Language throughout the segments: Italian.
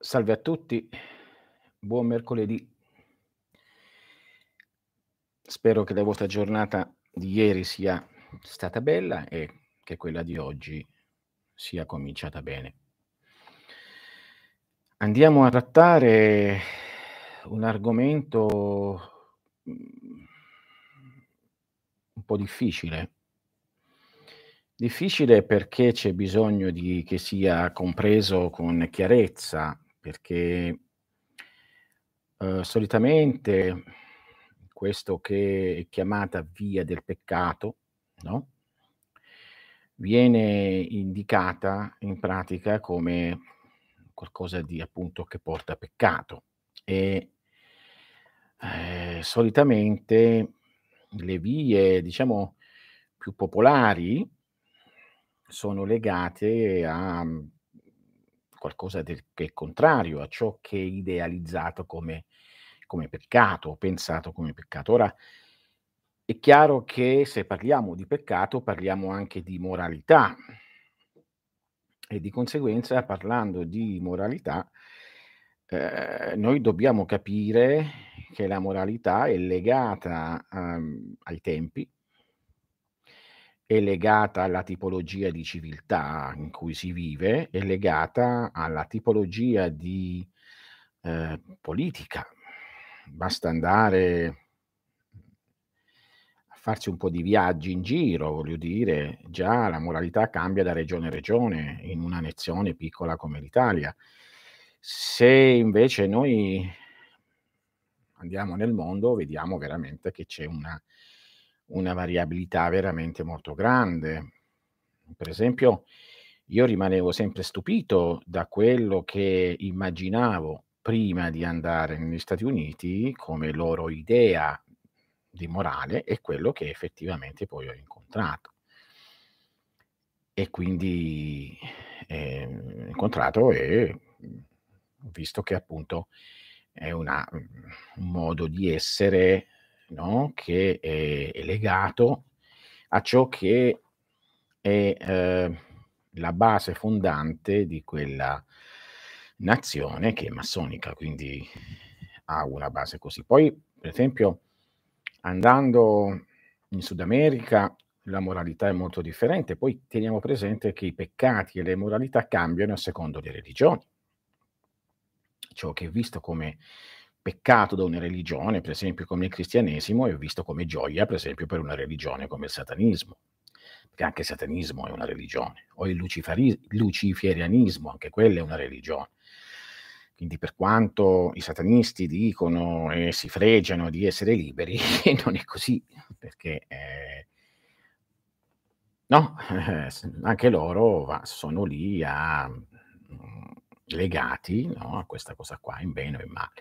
Salve a tutti, buon mercoledì. Spero che la vostra giornata di ieri sia stata bella e che quella di oggi sia cominciata bene. Andiamo a trattare un argomento, un po' difficile. Difficile perché c'è bisogno che sia compreso con chiarezza, perché solitamente questo che è chiamata via del peccato, no, viene indicata in pratica come qualcosa di appunto che porta a peccato e, solitamente le vie, diciamo, più popolari sono legate a, qualcosa che è contrario a ciò che è idealizzato come peccato o pensato come peccato. Ora, è chiaro che se parliamo di peccato parliamo anche di moralità e di conseguenza parlando di moralità, noi dobbiamo capire che la moralità è legata, ai tempi, è legata alla tipologia di civiltà in cui si vive, è legata alla tipologia di, politica. Basta andare a farsi un po' di viaggi in giro, voglio dire, già la moralità cambia da regione a regione in una nazione piccola come l'Italia. Se invece noi andiamo nel mondo, vediamo veramente che c'è una variabilità veramente molto grande. Per esempio, io rimanevo sempre stupito da quello che immaginavo prima di andare negli Stati Uniti come loro idea di morale e quello che effettivamente poi ho incontrato. E quindi, incontrato e, ho visto che appunto è un modo di essere, no, che è legato a ciò che è, la base fondante di quella nazione che è massonica, quindi ha una base così. Poi, per esempio, andando in Sud America la moralità è molto differente, poi teniamo presente che i peccati e le moralità cambiano a secondo le religioni. Ciò che è visto come peccato da una religione, per esempio come il cristianesimo, è visto come gioia, per esempio, per una religione come il satanismo, perché anche il satanismo è una religione, o il luciferianismo, anche quella è una religione. Quindi per quanto i satanisti dicono e si fregiano di essere liberi, non è così, perché, no, anche loro sono lì legati, no, a questa cosa qua, in bene o in male.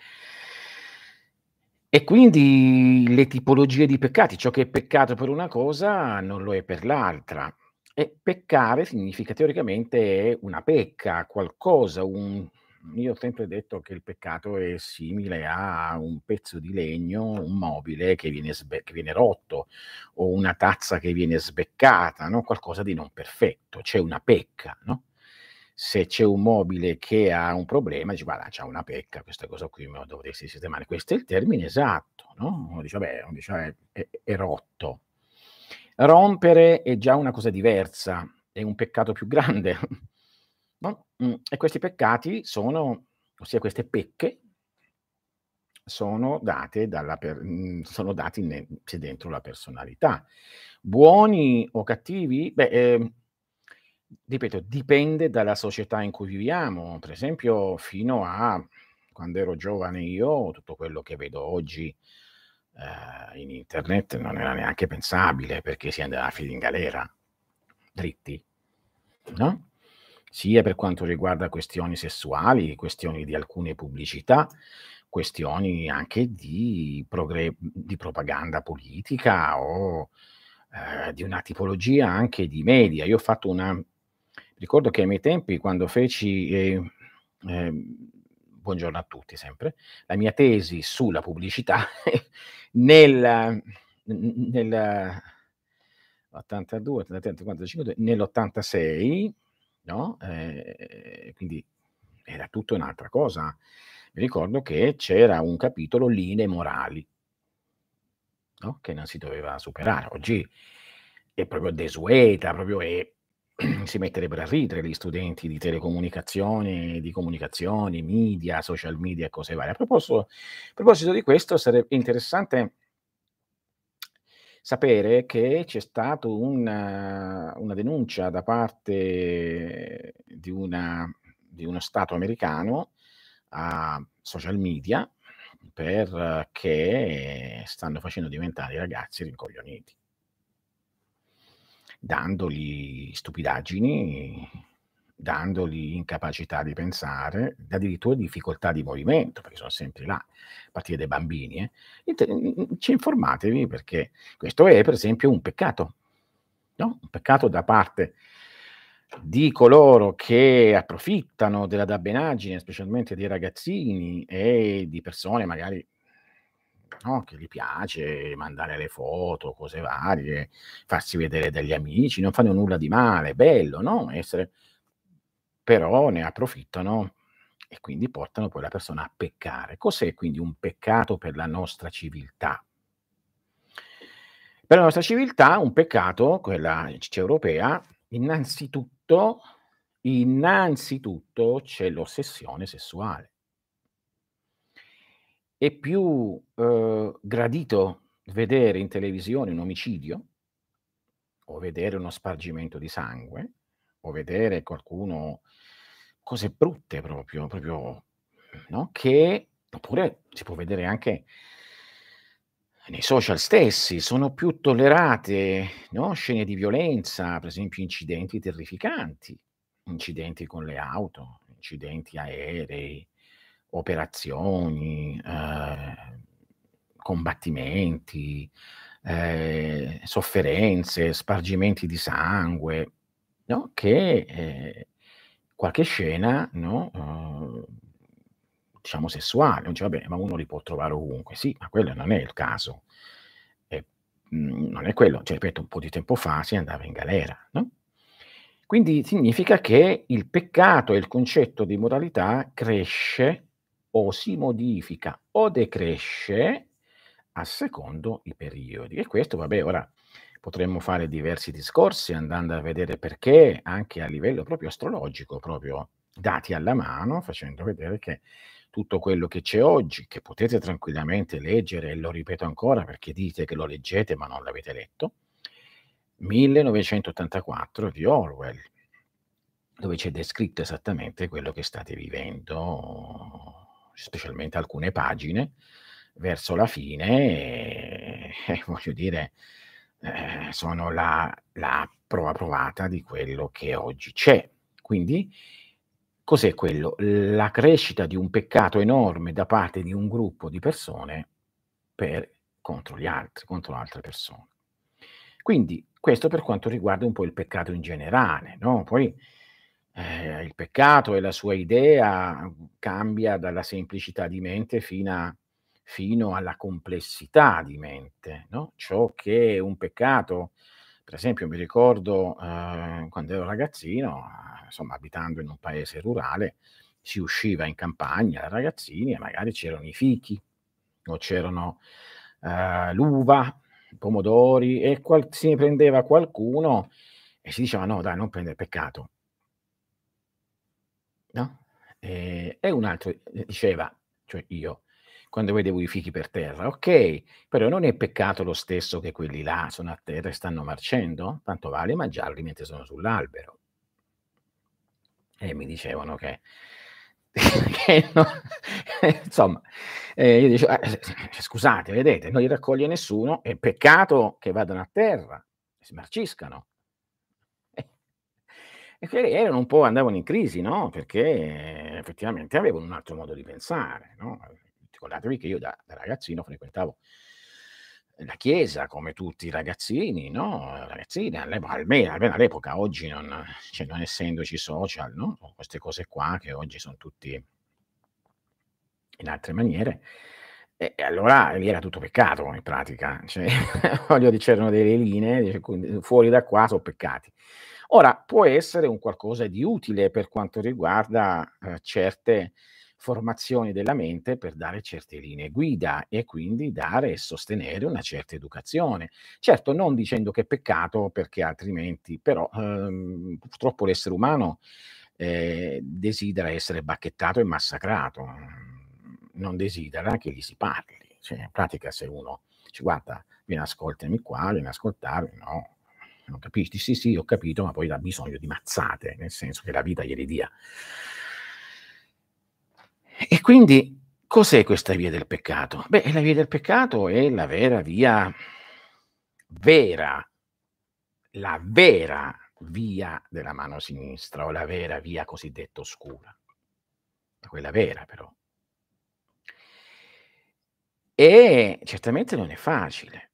E quindi le tipologie di peccati, ciò che è peccato per una cosa non lo è per l'altra. E peccare significa teoricamente è una pecca, qualcosa, io ho sempre detto che il peccato è simile a un pezzo di legno, un mobile che viene rotto o una tazza che viene sbeccata, no, qualcosa di non perfetto, c'è una pecca, no? Se c'è un mobile che ha un problema, dici: "Guarda, c'ha una pecca, questa cosa qui me lo dovresti sistemare." Questo è il termine esatto, no, uno dice: "Vabbè", uno dice: è rotto." Rompere è già una cosa diversa, è un peccato più grande, no, e questi peccati ossia queste pecche sono dati c'è dentro la personalità. Buoni o cattivi? Beh, ripeto, dipende dalla società in cui viviamo. Per esempio, fino a quando ero giovane io, tutto quello che vedo oggi, in internet non era neanche pensabile, perché si andava a finire in galera, dritti, no, sia per quanto riguarda questioni sessuali, questioni di alcune pubblicità, questioni anche di propaganda politica o, di una tipologia anche di media. Io ho fatto una ricordo che ai miei tempi quando feci, buongiorno a tutti sempre, la mia tesi sulla pubblicità nel nel 82, 83, 84, 85, nell'86, no, quindi era tutta un'altra cosa. Mi ricordo che c'era un capitolo linee morali, no, che non si doveva superare. Oggi è proprio desueta, proprio si metterebbero a ridere gli studenti di telecomunicazioni, di comunicazioni, media, social media e cose varie. A proposito di questo sarebbe interessante sapere che c'è stato una denuncia da parte di uno stato americano a social media perché stanno facendo diventare i ragazzi rincoglioniti, dandogli stupidaggini, dandogli incapacità di pensare, addirittura difficoltà di movimento, perché sono sempre là, a partire dai bambini, ci informatevi perché questo è per esempio un peccato, no, un peccato da parte di coloro che approfittano della dabbenaggine, specialmente dei ragazzini e di persone magari, no, che gli piace mandare le foto, cose varie, farsi vedere dagli amici, non fanno nulla di male, bello, no, essere però ne approfittano e quindi portano poi la persona a peccare. Cos'è quindi un peccato per la nostra civiltà? Per la nostra civiltà un peccato, quella europea, innanzitutto c'è l'ossessione sessuale. È più, gradito vedere in televisione un omicidio, o vedere uno spargimento di sangue, o vedere qualcuno cose brutte proprio, no, che oppure si può vedere anche nei social stessi, sono più tollerate, no, scene di violenza, per esempio incidenti terrificanti, incidenti con le auto, incidenti aerei, operazioni, combattimenti, sofferenze, spargimenti di sangue, no, che, qualche scena, no, diciamo sessuale, uno dice: "Vabbè, ma uno li può trovare ovunque." Sì, ma quello non è il caso. E non è quello, cioè ripeto, un po' di tempo fa si andava in galera, no, quindi significa che il peccato e il concetto di moralità cresce o si modifica o decresce a secondo i periodi. E questo vabbè, ora potremmo fare diversi discorsi andando a vedere perché, anche a livello proprio astrologico, proprio dati alla mano, facendo vedere che tutto quello che c'è oggi, che potete tranquillamente leggere, e lo ripeto ancora perché dite che lo leggete ma non l'avete letto, 1984 di Orwell, dove c'è descritto esattamente quello che state vivendo, specialmente alcune pagine verso la fine, voglio dire, sono la prova provata di quello che oggi c'è. Quindi cos'è quello? La crescita di un peccato enorme da parte di un gruppo di persone per contro gli altri, contro altre persone. Quindi questo per quanto riguarda un po' il peccato in generale, no, poi, il peccato e la sua idea, cambia dalla semplicità di mente fino alla complessità di mente, no, ciò che è un peccato per esempio mi ricordo, quando ero ragazzino, insomma abitando in un paese rurale, si usciva in campagna da ragazzini e magari c'erano i fichi o c'erano, l'uva, i pomodori e se ne prendeva qualcuno e si diceva: "No dai, non prendere, peccato." No, e un altro, diceva, cioè io, quando vedevo i fichi per terra: "Okay, però non è peccato lo stesso che quelli là sono a terra e stanno marcendo? Tanto vale mangiarli mentre sono sull'albero." E mi dicevano che che no insomma, io dicevo: scusate, vedete, non li raccoglie nessuno, è peccato che vadano a terra, si marciscano." Eh. E quelli erano un po' andavano in crisi, no, perché effettivamente avevano un altro modo di pensare, no. Ricordatevi che io da ragazzino frequentavo la chiesa come tutti i ragazzini, no, ragazzine almeno all'epoca, oggi non essendoci social, no, o queste cose qua che oggi son tutti in altre maniere, e allora lì era tutto peccato in pratica, cioè voglio di c'erano delle linee, dice quindi fuori da qua so' peccati. Ora, può essere un qualcosa di utile per quanto riguarda, certe formazioni della mente per dare certe linee guida e quindi dare e sostenere una certa educazione. Certo, non dicendo che è peccato perché altrimenti però, purtroppo l'essere umano, desidera essere bacchettato e massacrato, non desidera che gli si parli. Cioè, in pratica se uno dice: "Guarda, vieni ascoltami qua, vieni a ascoltarmi", no, non capisci? Sì, sì, ho capito, ma poi ha bisogno di mazzate, nel senso che la vita gliele dia. E quindi cos'è questa via del peccato? Beh, la via del peccato è la vera via vera, la vera via della mano sinistra o la vera via cosiddetta oscura, quella vera però. E certamente non è facile,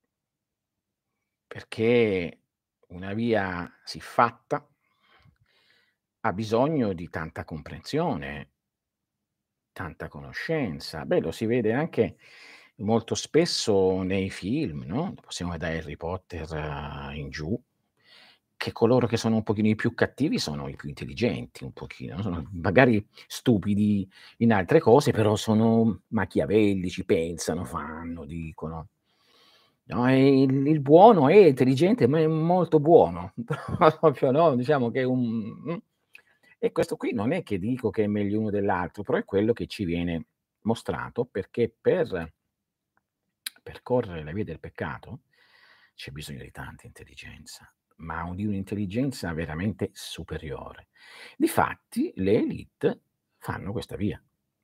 perché una via siffatta ha bisogno di tanta comprensione, tanta conoscenza. Beh, lo si vede anche molto spesso nei film, no, possiamo da Harry Potter in giù, che coloro che sono un pochino i più cattivi sono i più intelligenti, un pochino, no, sono magari stupidi in altre cose, però sono machiavellici, pensano, fanno, dicono. No, e il buono è intelligente, ma è molto buono, proprio no, diciamo che è un e questo qui non è che dico che è meglio uno dell'altro, però è quello che ci viene mostrato, perché per percorrere la via del peccato c'è bisogno di tanta intelligenza, ma di un'intelligenza veramente superiore. Difatti le élite fanno questa via.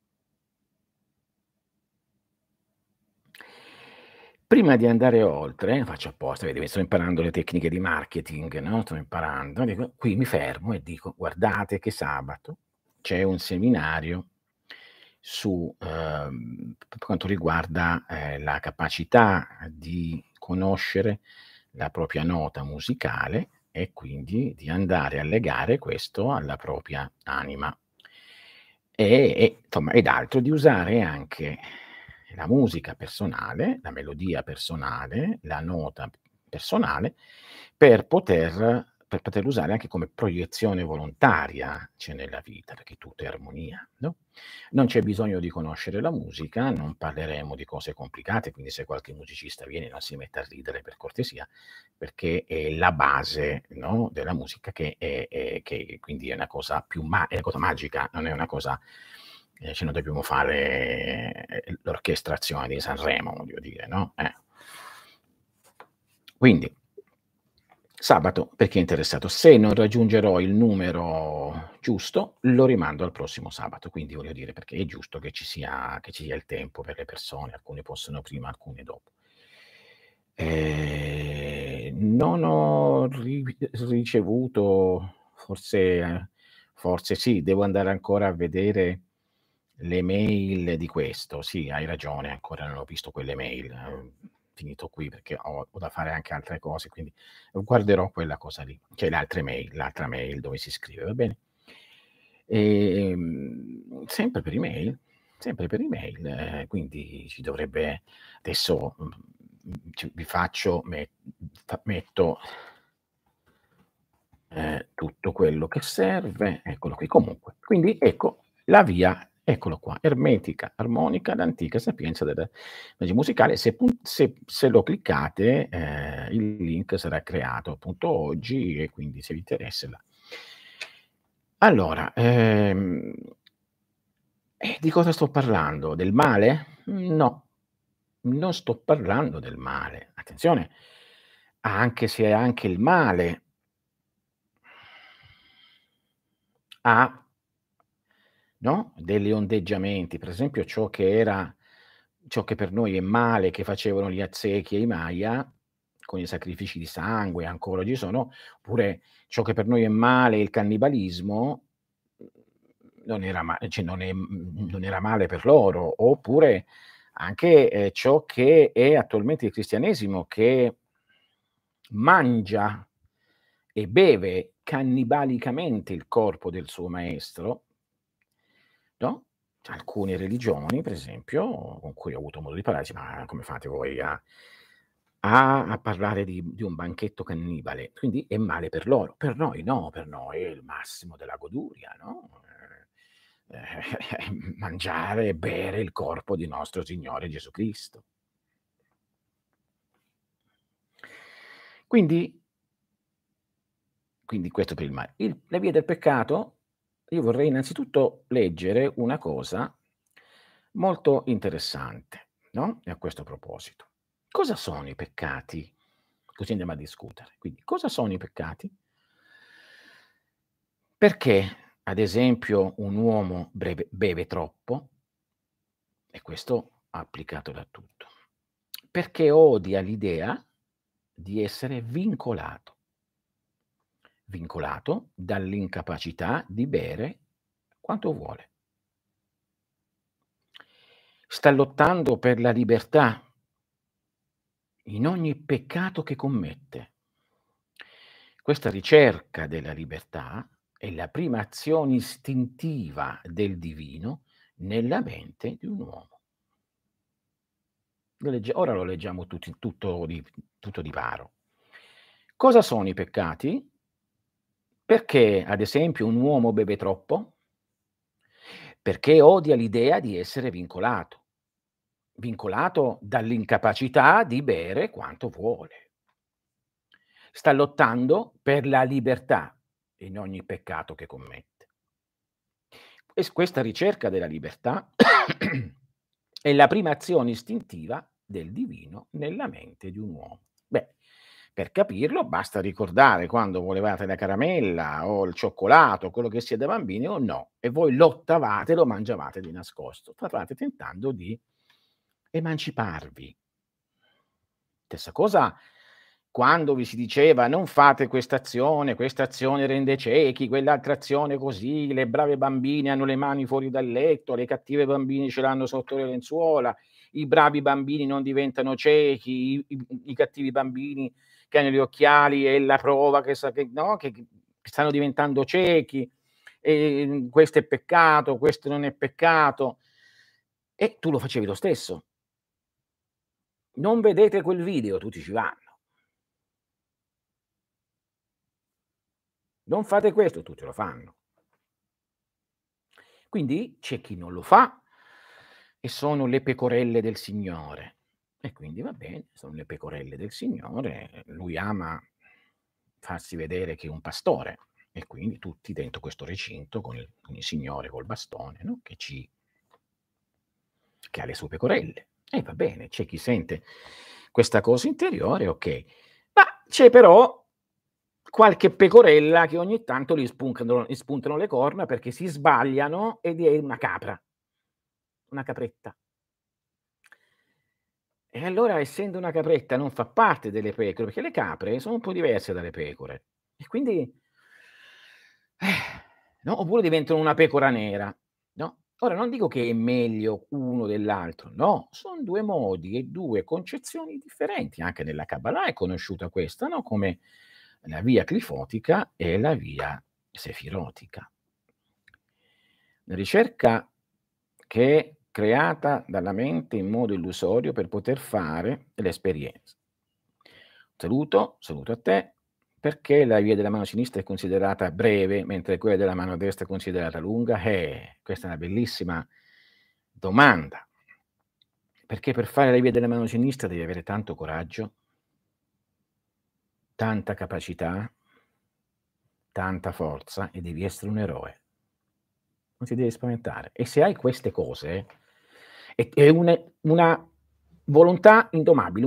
Prima di andare oltre, faccio apposta, vedi, sto imparando le tecniche di marketing, no, sto imparando, dico qui mi fermo e dico: "Guardate che sabato c'è un seminario su, per quanto riguarda, la capacità di conoscere la propria nota musicale e quindi di andare a legare questo alla propria anima. Insomma, ed altro, di usare anche la musica personale, la melodia personale, la nota personale per poterlo usare anche come proiezione volontaria, cioè nella vita, perché tutto è armonia, no, non c'è bisogno di conoscere la musica, non parleremo di cose complicate, quindi se qualche musicista viene non si metta a ridere per cortesia, perché è la base, no, della musica che quindi è una cosa più è una cosa magica, non è una cosa cioè non dobbiamo fare, l'orchestrazione di Sanremo, voglio dire, no, Quindi sabato, per chi è interessato, se non raggiungerò il numero giusto, lo rimando al prossimo sabato. Quindi voglio dire, perché è giusto che ci sia il tempo per le persone, alcune possono prima, alcune dopo. Non ho ricevuto, forse sì, devo andare ancora a vedere le mail di questo. Sì, hai ragione, ancora non ho visto quelle mail. Finito qui perché ho da fare anche altre cose, quindi guarderò quella cosa lì, cioè l'altra mail dove si scrive, va bene? Sempre per email, sempre per email, quindi ci dovrebbe adesso, vi faccio metto, tutto quello che serve, eccolo qui. Comunque, quindi ecco la via, eccolo qua, ermetica, armonica, l'antica sapienza della magia musicale. Se lo cliccate, il link sarà creato appunto oggi e quindi se vi interessa là. Allora, di cosa sto parlando? Del male? No, non sto parlando del male. Attenzione, anche se anche il male ha, no, degli ondeggiamenti. Per esempio ciò che per noi è male, che facevano gli Aztechi e i Maya, con i sacrifici di sangue, ancora oggi sono, oppure ciò che per noi è male, il cannibalismo, non era male per loro, oppure anche, ciò che è attualmente il cristianesimo, che mangia e beve cannibalicamente il corpo del suo maestro, no, alcune religioni per esempio, con cui ho avuto modo di parlare, dice: "Ma come fate voi a a parlare di un banchetto cannibale, quindi è male per loro. Per noi no, per noi è il massimo della goduria, no, mangiare e bere il corpo di nostro Signore Gesù Cristo. Quindi questo per il male. La via del peccato, io vorrei innanzitutto leggere una cosa molto interessante, no, a questo proposito. Cosa sono i peccati? Così andiamo a discutere. Quindi, cosa sono i peccati? Perché, ad esempio, un uomo beve troppo, e questo applicato da tutto, perché odia l'idea di essere vincolato dall'incapacità di bere quanto vuole. Sta lottando per la libertà in ogni peccato che commette. Questa ricerca della libertà è la prima azione istintiva del divino nella mente di un uomo. Ora lo leggiamo tutti tutto di paro. Cosa sono i peccati? Perché, ad esempio, un uomo beve troppo? Perché odia l'idea di essere vincolato dall'incapacità di bere quanto vuole. Sta lottando per la libertà in ogni peccato che commette. Questa ricerca della libertà è la prima azione istintiva del divino nella mente di un uomo. Beh, per capirlo basta ricordare quando volevate la caramella o il cioccolato, quello che sia da bambini o no, e voi lottavate, lo mangiavate di nascosto. Stavate tentando di emanciparvi. Stessa cosa quando vi si diceva: "Non fate questa azione rende ciechi, quell'altra azione così, le brave bambine hanno le mani fuori dal letto, le cattive bambine ce l'hanno sotto le lenzuola, i bravi bambini non diventano ciechi, i cattivi bambini che hanno gli occhiali è la prova che sa che no, che stanno diventando ciechi, questo è peccato, questo non è peccato." E tu lo facevi lo stesso. "Non vedete quel video", tutti ci vanno. "Non fate questo", tutti lo fanno. Quindi c'è chi non lo fa e sono le pecorelle del Signore. E quindi va bene, sono le pecorelle del Signore, lui ama farsi vedere che è un pastore e quindi tutti dentro questo recinto con il Signore col bastone, no, che ha le sue pecorelle. E va bene, c'è chi sente questa cosa interiore, okay. Ma c'è però qualche pecorella che ogni tanto gli spuntano le corna perché si sbagliano ed è una capra, una capretta. E allora essendo una capretta non fa parte delle pecore, perché le capre sono un po' diverse dalle pecore e quindi no, oppure diventano una pecora nera, no. Ora non dico che è meglio uno dell'altro, no, son 2 modi e 2 concezioni differenti. Anche nella Kabbalah è conosciuta questa, no, come la via clifotica e la via sefirotica. La ricerca che è creata dalla mente in modo illusorio per poter fare l'esperienza. Saluto a te, perché la via della mano sinistra è considerata breve, mentre quella della mano destra è considerata lunga? Questa è una bellissima domanda, perché per fare la via della mano sinistra devi avere tanto coraggio, tanta capacità, tanta forza e devi essere un eroe. Non ti devi spaventare. E se hai queste cose e una volontà indomabile,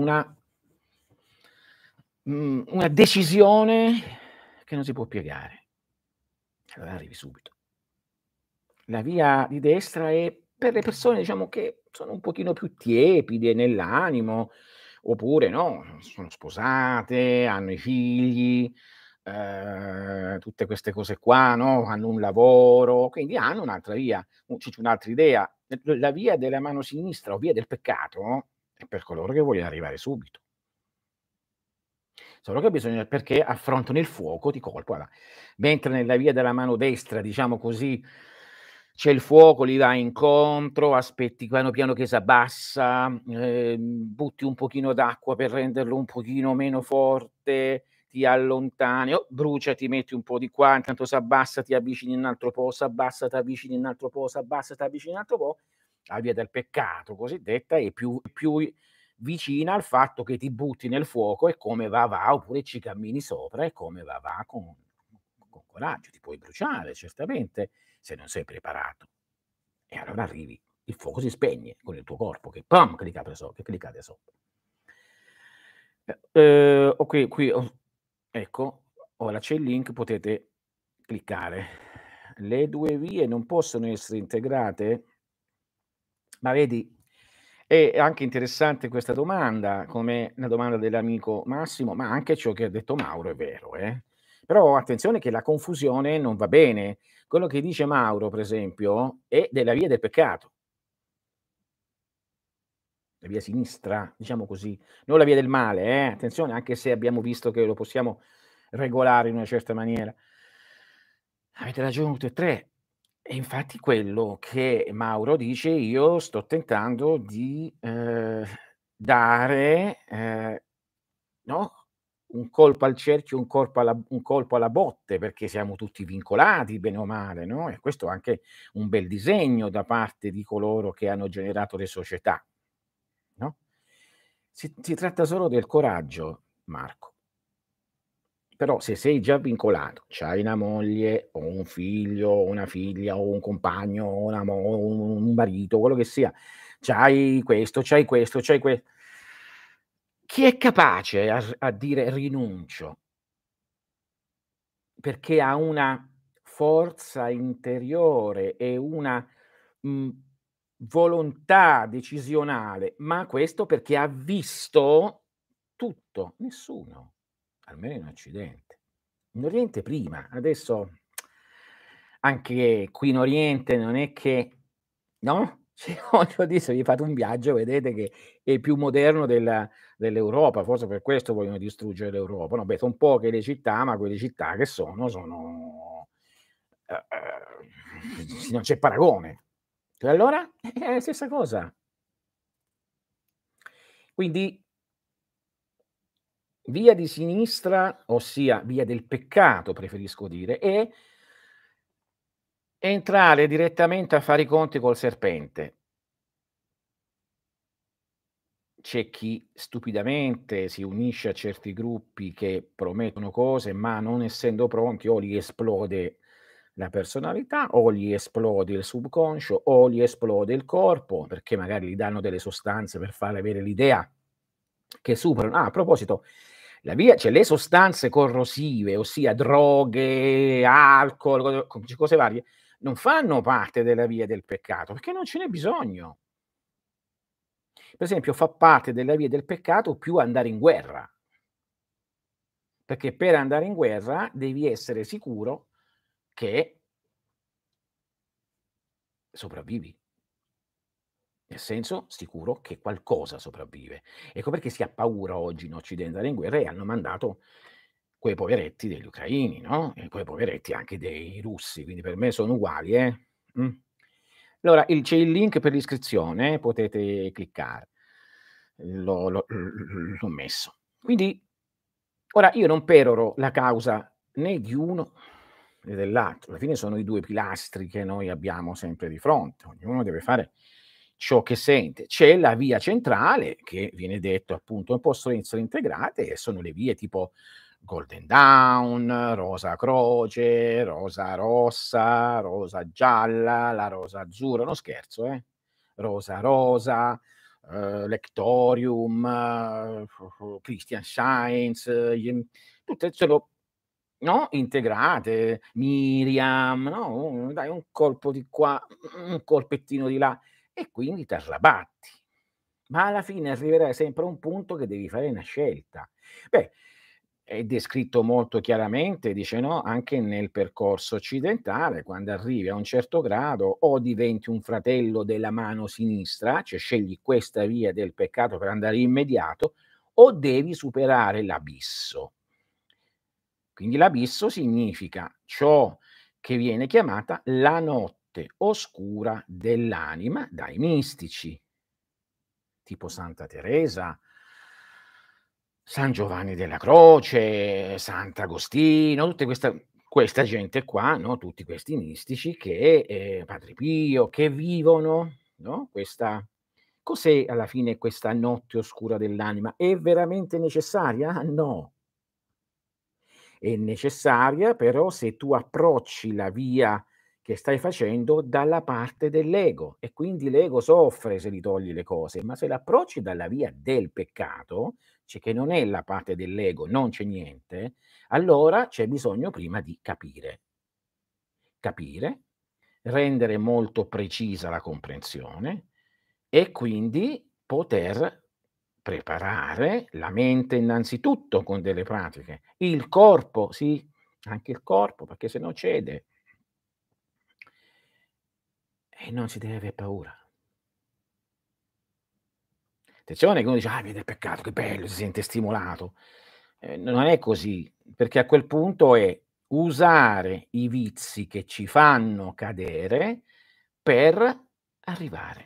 una decisione che non si può piegare, allora arrivi subito. La via di destra è per le persone, diciamo, che sono un pochino più tiepide nell'animo, oppure no, sono sposate, hanno i figli, tutte queste cose qua, no, hanno un lavoro, quindi hanno un'altra via, un'altra idea. La via della mano sinistra o via del peccato è per coloro che vogliono arrivare subito. Solo che bisogna perché affrontano il fuoco di colpo, mentre nella via della mano destra, diciamo così, c'è il fuoco, gli vai incontro, aspetti piano piano che s'abbassa, butti un pochino d'acqua per renderlo un pochino meno forte, ti allontani, brucia, ti metti un po' di qua, intanto s'abbassa, ti avvicini un altro po', s'abbassa, t'avvicini un altro po', s'abbassa, t'avvicini un altro po', la via del peccato cosiddetta è più vicina al fatto che ti butti nel fuoco e come va va, oppure ci cammini sopra e come va va con coraggio. Ti puoi bruciare certamente se non sei preparato. E allora arrivi, il fuoco si spegne con il tuo corpo che pam, che gli cade sopra. Ho qui ecco, ora c'è il link, potete cliccare. Le 2 vie non possono essere integrate? Ma vedi, è anche interessante questa domanda, come la domanda dell'amico Massimo, ma anche ciò che ha detto Mauro è vero, Però attenzione che la confusione non va bene. Quello che dice Mauro, per esempio, è della via del peccato, la via sinistra, diciamo così, non la via del male, attenzione, anche se abbiamo visto che lo possiamo regolare in una certa maniera. Avete ragione tutte e 3. E infatti quello che Mauro dice, io sto tentando di, dare, no, un colpo al cerchio, un colpo alla botte, perché siamo tutti vincolati bene o male, no, e questo è anche un bel disegno da parte di coloro che hanno generato le società, no, si tratta solo del coraggio, Marco. Però se sei già vincolato, c'hai una moglie o un figlio o una figlia o un compagno o una mo o un marito, quello che sia, c'hai questo, c'hai questo, c'hai chi è capace a dire: "Rinuncio"? Perché ha una forza interiore e una, mhmm, volontà decisionale, ma questo perché ha visto tutto. Nessuno, almeno in Occidente. In Oriente prima, adesso anche qui in Oriente non è che no, cioè voglio dire, se vi fate un viaggio vedete che è più moderno dell'Europa, forse per questo vogliono distruggere l'Europa. No, beh, son poche le città, ma quelle città che sono non c'è paragone. E allora? È la stessa cosa. Quindi via di sinistra, ossia via del peccato preferisco dire, è entrare direttamente a fare i conti col serpente. C'è chi stupidamente si unisce a certi gruppi che promettono cose, ma non essendo pronti o gli esplode la personalità, o gli esplode il subconscio, o gli esplode il corpo, perché magari gli danno delle sostanze per far avere l'idea che superano a proposito, la via cioè le sostanze corrosive, ossia droghe, alcol, cose varie, non fanno parte della via del peccato, perché non ce n'è bisogno. Per esempio fa parte della via del peccato più andare in guerra, perché per andare in guerra devi essere sicuro che sopravvivi, nel senso sicuro che qualcosa sopravvive. Ecco perché si ha paura oggi in Occidente di andare in guerra e hanno mandato quei poveretti degli ucraini, no, e quei poveretti anche dei russi, quindi per me sono uguali, mh. Allora c'è il link per l'iscrizione, potete cliccare. L'ho messo. Quindi ora io non peroro la causa né di uno né dell'altro, alla fine sono i 2 pilastri che noi abbiamo sempre di fronte, ognuno deve fare ciò che sente. C'è la via centrale che viene detto appunto possono essere integrate e sono le vie tipo Golden Dawn, rosa croce, rosa rossa, rosa gialla, la rosa azzurra, no scherzo, rosa rosa, Lectorium, Christian Science, tutte sono, no, integrate, Miriam, no, dai un colpo di qua, un colpettino di là e quindi t'arrabatti. Ma alla fine arriverai sempre a un punto che devi fare una scelta. Beh, è descritto molto chiaramente, dice no, anche nel percorso occidentale, quando arrivi a un certo grado o diventi un fratello della mano sinistra, cioè scegli questa via del peccato per andare immediato, o devi superare l'abisso. Quindi l'abisso significa ciò che viene chiamata la notte. notte oscura dell'anima dai mistici, tipo Santa Teresa, San Giovanni della Croce, Sant'Agostino, tutte questa gente qua, no, tutti questi mistici che Padre Pio, che vivono, no, questa cos'è alla fine questa notte oscura dell'anima? È veramente necessaria? No. È necessaria però se tu approcci la via che stai facendo dalla parte dell'ego e quindi l'ego soffre se gli togli le cose, ma se l'approcci dalla via del peccato, cioè che non è la parte dell'ego, non c'è niente, allora c'è bisogno prima di capire, rendere molto precisa la comprensione e quindi poter preparare la mente innanzitutto con delle pratiche, il corpo, sì, anche il corpo, perché se no cede e non si deve aver paura. Attenzione che uno dice: "Ah, vede il peccato, che bello, si sente stimolato." Non è così, perché a quel punto è usare i vizi che ci fanno cadere per arrivare.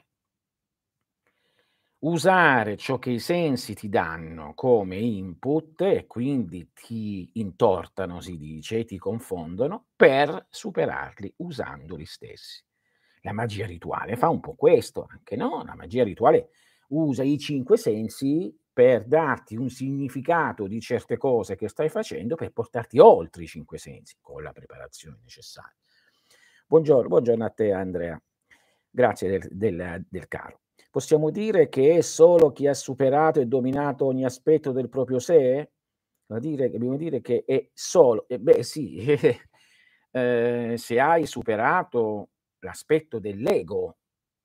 Usare ciò che i sensi ti danno come input e quindi ti intortano, si dice, ti confondono, per superarli usando li stessi. La magia rituale fa un po' questo anche, no, la magia rituale usa i 5 sensi per darti un significato di certe cose che stai facendo, per portarti oltre i 5 sensi, con la preparazione necessaria. Buongiorno a te Andrea. Grazie del caro. Possiamo dire che è solo chi ha superato e dominato ogni aspetto del proprio sé? Dobbiamo dire che è solo beh sì, se hai superato l'aspetto dell'ego,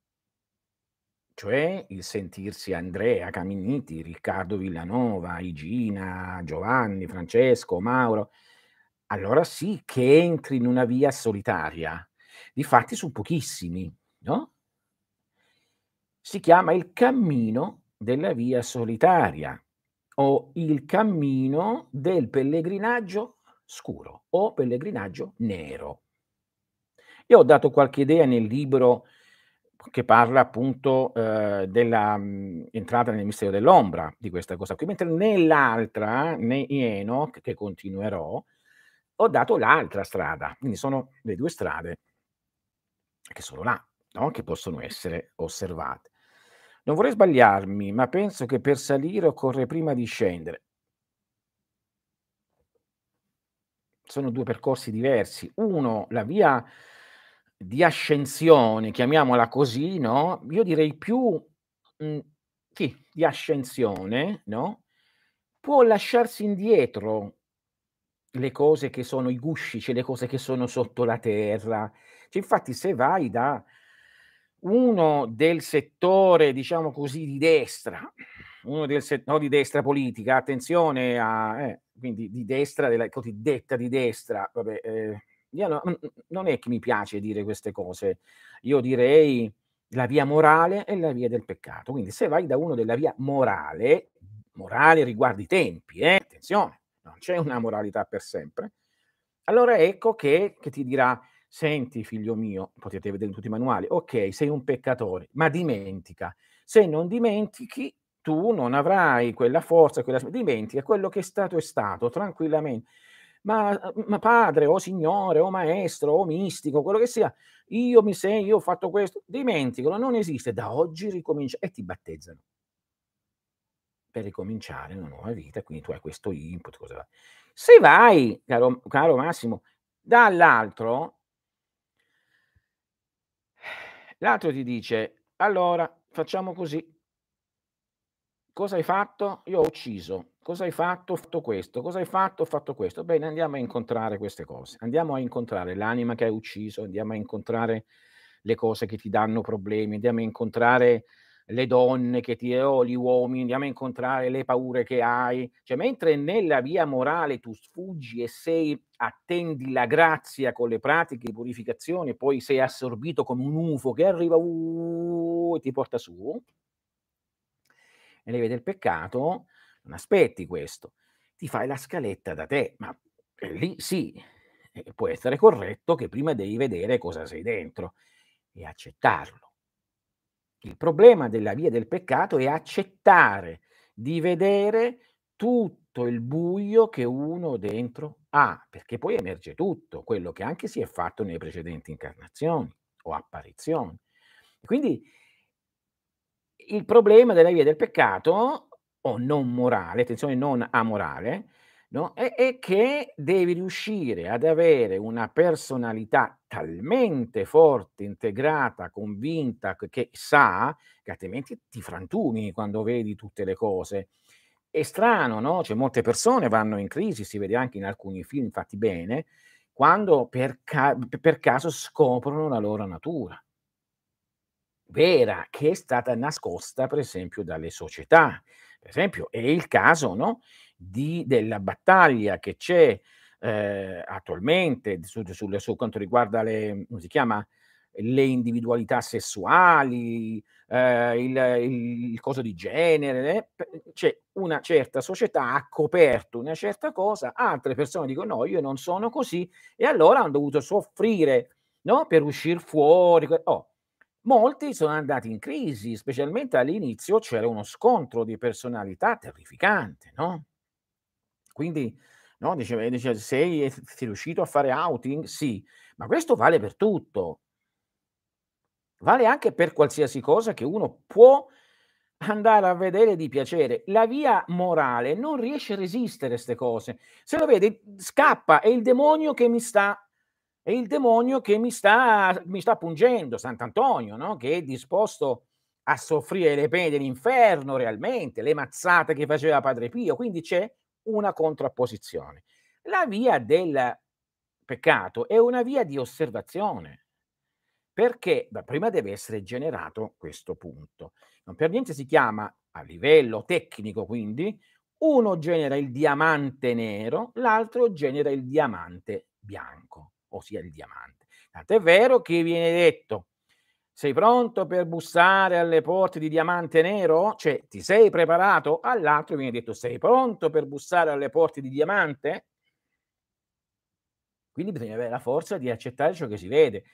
cioè il sentirsi Andrea Caminiti, Riccardo Villanova, Igina, Giovanni, Francesco, Mauro, allora sì che entri in una via solitaria. Difatti son pochissimi, no? Si chiama il cammino della via solitaria o il cammino del pellegrinaggio scuro o pellegrinaggio nero. Io ho dato qualche idea nel libro che parla appunto, della, entrata nel mistero dell'ombra, di questa cosa qui, mentre nell'altra, in Enoch, che continuerò, ho dato l'altra strada. Quindi sono le 2 strade che sono là, no, che possono essere osservate. Non vorrei sbagliarmi, ma penso che per salire occorre prima di scendere. Sono 2 percorsi diversi. Uno, la via di ascensione, chiamiamola così, no, io direi più, mhmm, sì, di ascensione, no, può lasciarsi indietro le cose che sono i gusci, cioè le cose che sono sotto la terra. Cioè infatti se vai da uno del settore, diciamo così, di destra, uno del no di destra politica, attenzione a quindi di destra, della cosiddetta di destra, vabbè, io non è che mi piace dire queste cose, io direi la via morale e la via del peccato. Quindi se vai da uno della via morale riguardo i tempi, attenzione, non c'è una moralità per sempre, allora ecco che ti dirà: "Senti figlio mio", potete vedere in tutti i manuali: "Okay, sei un peccatore, ma dimentica. Se non dimentichi, tu non avrai quella forza, dimentica quello che è stato, tranquillamente. Ma padre o signore o maestro o mistico, quello che sia, io ho fatto questo", dimenticalo, non esiste, da oggi ricomincia e ti battezzano per ricominciare una nuova vita, e quindi tu hai questo input, cosa va. Se vai, caro Massimo, dall'altro, l'altro ti dice: "Allora facciamo così, cosa hai fatto? Io ho ucciso. Cosa hai fatto? Ho fatto questo. Cosa hai fatto? Ho fatto questo. Bene, andiamo a incontrare queste cose. Andiamo a incontrare l'anima che hai ucciso, andiamo a incontrare le cose che ti danno problemi, andiamo a incontrare le donne che ti o gli uomini, andiamo a incontrare le paure che hai." Cioè, mentre nella via morale tu sfuggi e attendi la grazia con le pratiche di purificazione, e poi sei assorbito come un UFO che arriva, e ti porta su nelle vie del peccato, non aspetti questo, ti fai la scaletta da te, ma lì sì, può essere corretto che prima devi vedere cosa sei dentro e accettarlo. Il problema della via del peccato è accettare di vedere tutto il buio che uno dentro ha, perché poi emerge tutto, quello che anche si è fatto nelle precedenti incarnazioni o apparizioni. Quindi il problema della via del peccato, o non morale, attenzione non amorale, no, è che devi riuscire ad avere una personalità talmente forte, integrata, convinta, che sa, che altrimenti ti frantumi quando vedi tutte le cose. È strano, no, cioè molte persone vanno in crisi, si vede anche in alcuni film fatti bene, quando per caso scoprono la loro natura vera, che è stata nascosta per esempio dalle società. Per esempio è il caso, no, della battaglia che c'è, attualmente su quanto riguarda le come si chiama, le individualità sessuali, il coso di genere, c'è una certa società ha coperto una certa cosa, altre persone dicono: "No, io non sono così", e allora han dovuto soffrire, no, per uscir fuori molti sono andati in crisi, specialmente all'inizio c'era uno scontro di personalità terrificante, no, quindi, no, dice: "Sei riuscito a fare outing?" "Sì." Ma questo vale per tutto, vale anche per qualsiasi cosa che uno può andare a vedere di piacere. La via morale non riesce a resistere 'ste cose. Se lo vede scappa, è il demonio che mi sta pungendo, Sant'Antonio, no, che è disposto a soffrire le pene dell'inferno realmente, le mazzate che faceva Padre Pio, quindi c'è una contrapposizione. La via del peccato è una via di osservazione, perché prima deve essere generato questo punto. Non per niente si chiama, a livello tecnico quindi, uno genera il diamante nero, l'altro genera il diamante bianco, ossia il diamante. Tant'è vero che viene detto: "Sei pronto per bussare alle porte di diamante nero?" Cioè, ti sei preparato? All'altro viene detto: "Sei pronto per bussare alle porte di diamante?" Quindi bisogna avere la forza di accettare ciò che si vede.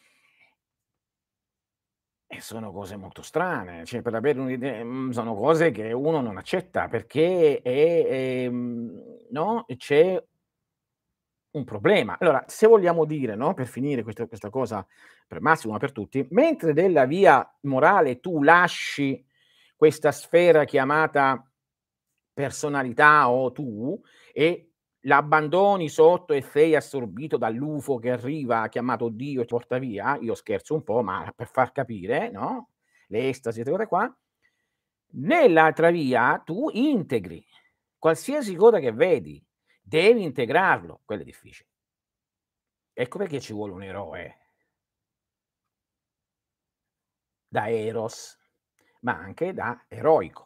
E sono cose molto strane, cioè per avere sono cose che uno non accetta perché no, c'è un problema. Allora, se vogliamo dire, no, per finire questa cosa per Massimo, ma per tutti, mentre della via morale tu lasci questa sfera chiamata personalità o tu, e l'abbandoni sotto e sei assorbito dall'UFO che arriva, chiamato Dio, e ti porta via, io scherzo un po', ma per far capire, no, le estasi, 'ste cose qua, nell'altra via tu integri qualsiasi cosa che vedi, devi integrarlo, quello è difficile. Ecco perché ci vuole un eroe, da eros, ma anche da eroico.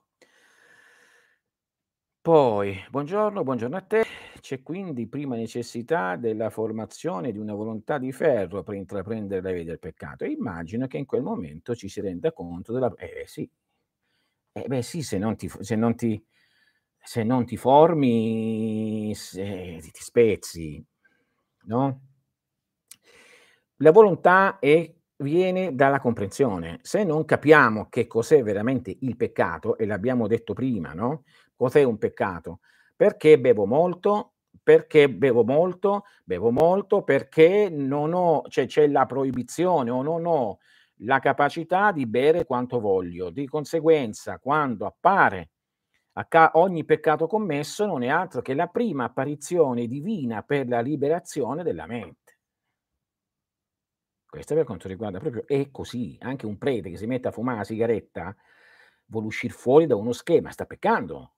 Poi, buongiorno a te. C'è quindi prima necessità della formazione di una volontà di ferro per intraprendere la via del peccato. E immagino che in quel momento ci si renda conto della sì. Beh sì, se non ti formi, se ti spezzi, no? La volontà viene dalla comprensione. Se non capiamo che cos'è veramente il peccato, e l'abbiamo detto prima, no, cos'è un peccato? Perché bevo molto? Perché bevo molto? Bevo molto perché non ho c'è la proibizione o non ho la capacità di bere quanto voglio. Di conseguenza, quando appare ogni peccato commesso non è altro che la prima apparizione divina per la liberazione della mente. Questo per quanto riguarda proprio è così, anche un prete che si mette a fumà la sigaretta vuole uscir fuori da uno schema, sta peccando.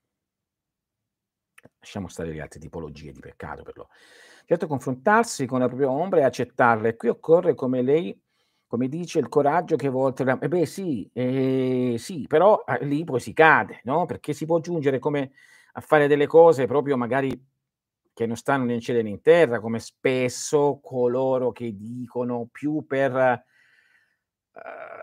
Lasciamo stare le altre tipologie di peccato per lo certo confrontarsi con la propria ombra e accettarla, e qui occorre, come dice, il coraggio che volte la beh sì, sì, però, lì poi si cade, no, perché si può giungere come a fare delle cose proprio magari che non stanno né in cielo né in terra, come spesso coloro che dicono più per,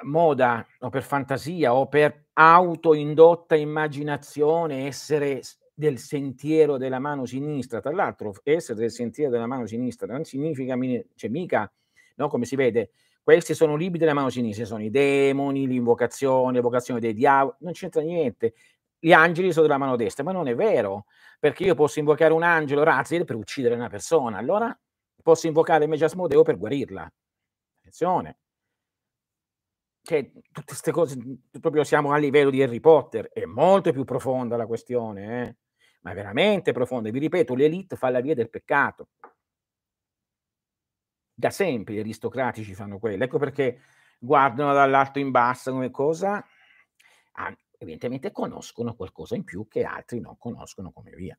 moda o per fantasia o per autoindotta immaginazione essere del sentiero della mano sinistra. Tra l'altro essere del sentiero della mano sinistra non significa cioè mica, no, come si vede, questi sono libri della mano sinistra, sono i demoni, l'invocazione, l'evocazione dei diavoli, non c'entra niente. Gli angeli sono della mano destra, ma non è vero, perché io posso invocare un angelo Raziel per uccidere una persona, allora posso invocare Megia Asmodeo per guarirla. Attenzione. Cioè, tutte 'ste cose, proprio siamo a livello di Harry Potter, è molto più profonda la questione, ma veramente profonda. E vi ripeto, l'élite fa la via del peccato. Da sempre gli aristocratici fanno quello. Ecco perché guardano dall'alto in basso come cosa, evidentemente conoscono qualcosa in più che altri non conoscono, come via.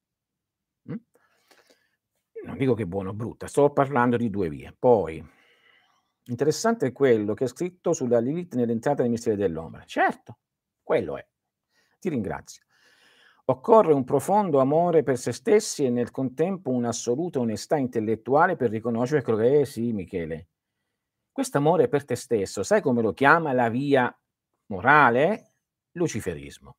Non dico che è buona o brutta, sto parlando di 2 vie. Poi, interessante è quello che ha scritto sulla Lilith nell'entrata nei misteri dell'ombra. Certo, quello è. Ti ringrazio. Occorre un profondo amore per se stessi e nel contempo un'assoluta onestà intellettuale per riconoscere quello che è. Sì, Michele. Quest'amore per te stesso, sai come lo chiama la via morale? Luciferismo.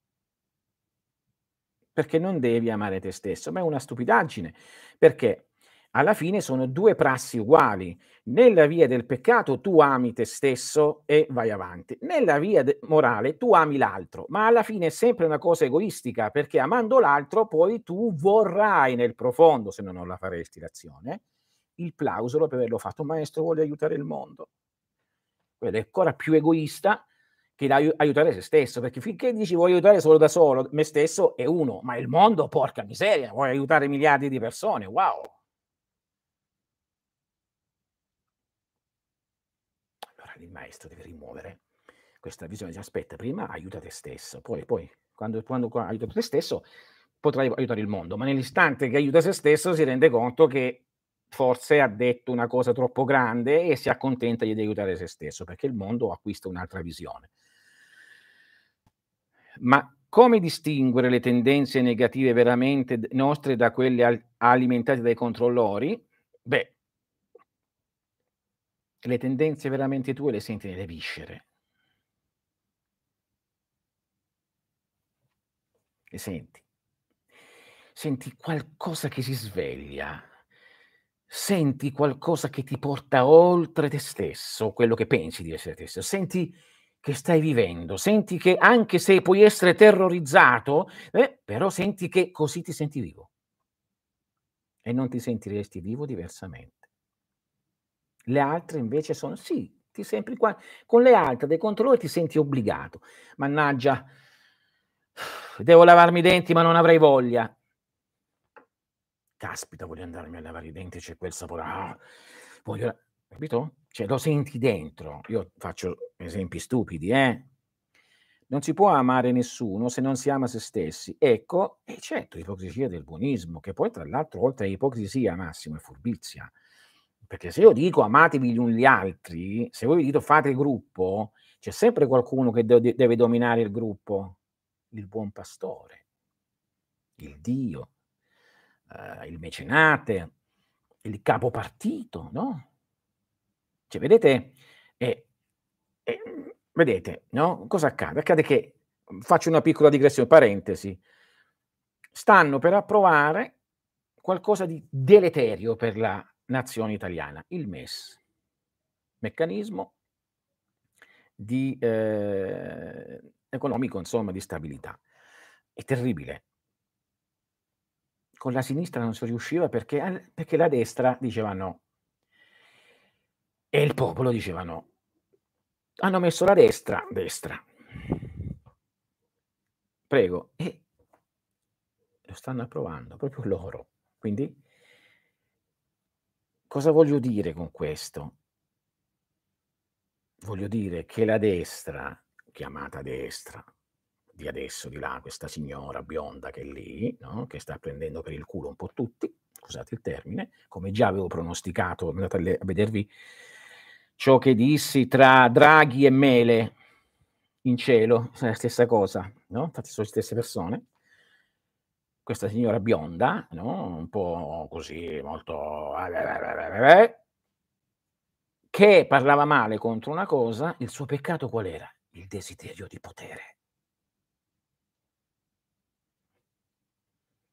Perché non devi amare te stesso, ma è una stupidaggine, perché alla fine sono 2 prassi uguali. Nella via del peccato tu ami te stesso e vai avanti. Nella via morale tu ami l'altro, ma alla fine è sempre una cosa egoistica, perché amando l'altro poi tu vorrai nel profondo, se no non la faresti l'azione, il plauso per averlo fatto. Maestro, voglio aiutare il mondo. Quello è ancora più egoista che aiutare se stesso, perché finché dici voglio aiutare solo da solo, me stesso è uno, ma il mondo, porca miseria, vuoi aiutare miliardi di persone, wow! Allora il maestro deve rimuovere questa visione, dice: "Aspetta, prima aiuta te stesso, poi quando aiuta te stesso potrai aiutare il mondo", ma nell'istante che aiuta se stesso si rende conto che forse ha detto una cosa troppo grande e si accontenta di aiutare se stesso, perché il mondo acquista un'altra visione. Ma come distinguere le tendenze negative veramente nostre da quelle alimentate dai controllori? Beh, le tendenze veramente tue le senti nelle viscere, le senti. Senti qualcosa che si sveglia, senti qualcosa che ti porta oltre te stesso, quello che pensi di essere te stesso, senti che stai vivendo, senti che anche se puoi essere terrorizzato, però senti che così ti senti vivo e non ti sentiresti vivo diversamente. Le altre invece sono sì, ti senti qua con le altre dei controllori ti senti obbligato. "Mannaggia, devo lavarmi i denti ma non avrei voglia." "Caspita, voglio andarmi a lavare i denti, c'è quel sapore, voglio la", capito? Cioè lo senti dentro. Io faccio esempi stupidi, eh. Non si può amare nessuno se non si ama se stessi. Ecco, e certo, l'ipocrisia del buonismo, che poi tra l'altro oltre a ipocrisia, Massimo, è furbizia. Perché se io dico amatevi gli uni gli altri, se voi vi dite fate gruppo, c'è sempre qualcuno che deve dominare il gruppo. Il buon pastore, il Dio, il mecenate, il capo partito, no? Cioè vedete, vedete, no, cosa accade? Accade che faccio una piccola digressione, parentesi, stanno per approvare qualcosa di deleterio per la nazione italiana, il MES, meccanismo di economico, insomma, di stabilità. È terribile. Con la sinistra non si riusciva perché la destra diceva no e il popolo diceva no. Hanno messo la destra, destra. Prego, e lo stanno approvando, proprio loro. Quindi cosa voglio dire con questo? Voglio dire che la destra, chiamata destra, di adesso, di là, questa signora bionda che è lì, no, che sta prendendo per il culo un po' tutti, scusate il termine, come già avevo pronosticato, andate a vedervi ciò che dissi tra Draghi e Mele in cielo, è la stessa cosa, no, infatti son le stesse persone. Questa signora bionda, no, un po' così molto che parlava male contro una cosa, il suo peccato qual era? Il desiderio di potere.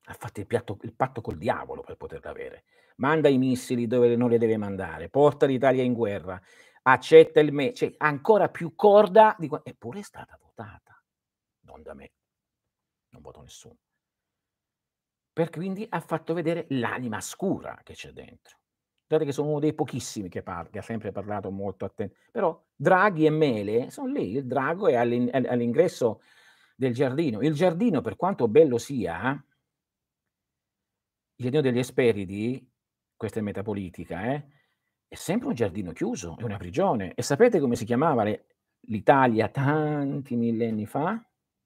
Ha fatto il patto col diavolo per poterla avere. Manda i missili dove non li deve mandare, porta l'Italia in guerra, accetta cioè ancora più corda di qua eppure è stata votata. Non da me, non votò nessuno. Per quindi ha fatto vedere l'anima scura che c'è dentro. Guardate che sono uno dei pochissimi che ha sempre parlato molto però Draghi e Mele son lì, il drago è all'ingresso del giardino. Il giardino per quanto bello sia, il giardino degli Esperidi, questa è metapolitica è sempre un giardino chiuso, è una prigione. E sapete come si chiamava l'Italia tanti millenni fa?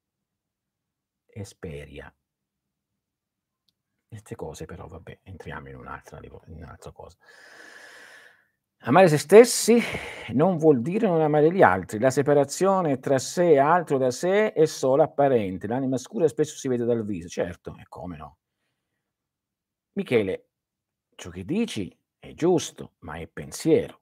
Esperia. Queste cose però vabbè, entriamo in un'altra cosa. Amare se stessi non vuol dire non amare gli altri. La separazione tra sé e altro da sé è solo apparente. L'anima scura spesso si vede dal viso. Certo, e come no. Michele, ciò che dici è giusto, ma è pensiero.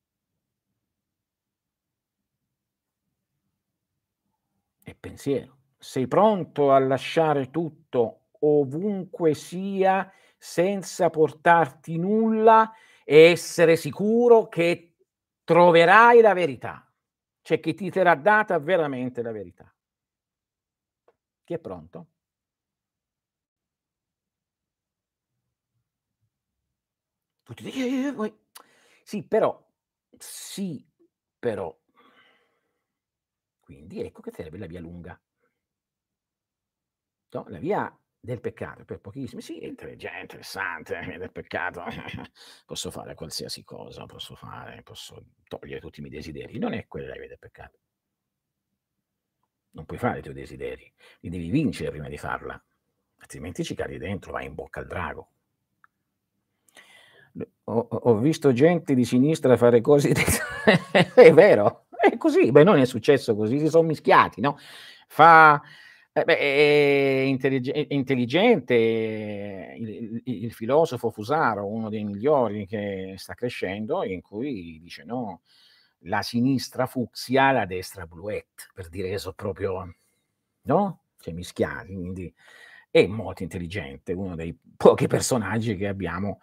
È pensiero. Sei pronto a lasciare tutto ovunque sia senza portarti nulla e essere sicuro che troverai la verità, cioè che ti sarà data veramente la verità. Chi è pronto? Tutti poi sì, però sì, però. Quindi ecco che sarebbe la via lunga. No, la via del peccato per pochissimi sì, è interessante, via del peccato, posso fare qualsiasi cosa, posso togliere tutti i miei desideri. Non è quella la via del peccato. Non puoi fare i tuoi desideri, li devi vincere prima di farla, altrimenti ci cadi dentro, vai in bocca al drago. Ho visto gente di sinistra fare cose è vero, è così. Beh, non è successo così, si son mischiati, no, fa beh, è intelligente il filosofo Fusaro, uno dei migliori che sta crescendo, in cui dice: "No, la sinistra fucsia, la destra bluette", per dire che so proprio no, cioè mischiati, quindi è molto intelligente, uno dei pochi personaggi che abbiamo,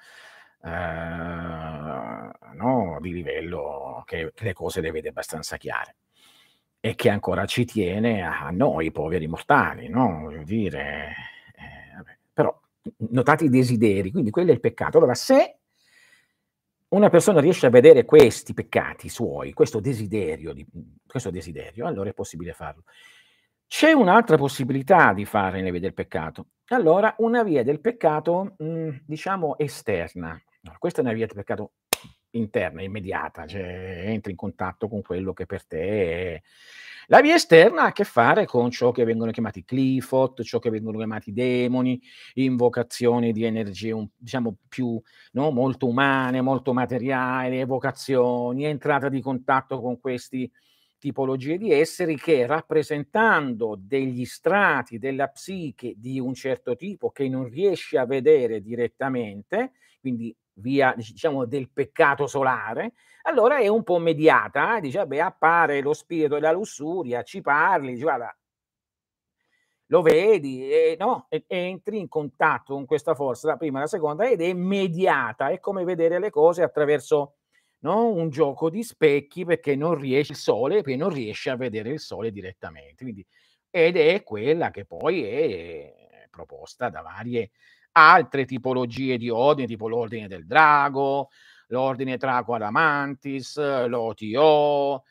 no, di livello che le cose le vede abbastanza chiare e che ancora ci tiene a noi poveri mortali, no, voglio dire, vabbè. Però notate i desideri, quindi quello è il peccato. Allora se una persona riesce a vedere questi peccati suoi, questo desiderio, allora è possibile farlo. C'è un'altra possibilità di fare nelle vie del peccato. Allora, una via del peccato, diciamo esterna. No, questa è una via del peccato interna, immediata, cioè entri in contatto con quello che per te è la via esterna ha a che fare con ciò che vengono chiamati Qlīfot, ciò che vengono chiamati demoni, invocazioni di energie diciamo più no, molto umane, molto materiali, evocazioni, entrata di contatto con questi tipologie di esseri che rappresentando degli strati della psiche di un certo tipo che non riesci a vedere direttamente, quindi via diciamo del peccato solare, allora è un po' mediata, dice: "Vabbè, appare lo spirito della lussuria, ci parli, dici: "Guarda" lo vedi no, entri in contatto con questa forza, la prima e la seconda, ed è mediata. È come vedere le cose attraverso, no, un gioco di specchi perché non riesci a vedere il sole direttamente. Quindi ed è quella che poi è proposta da varie altre tipologie di ordini, tipo l'ordine del drago, l'ordine Traco Adamantis, l'OTO,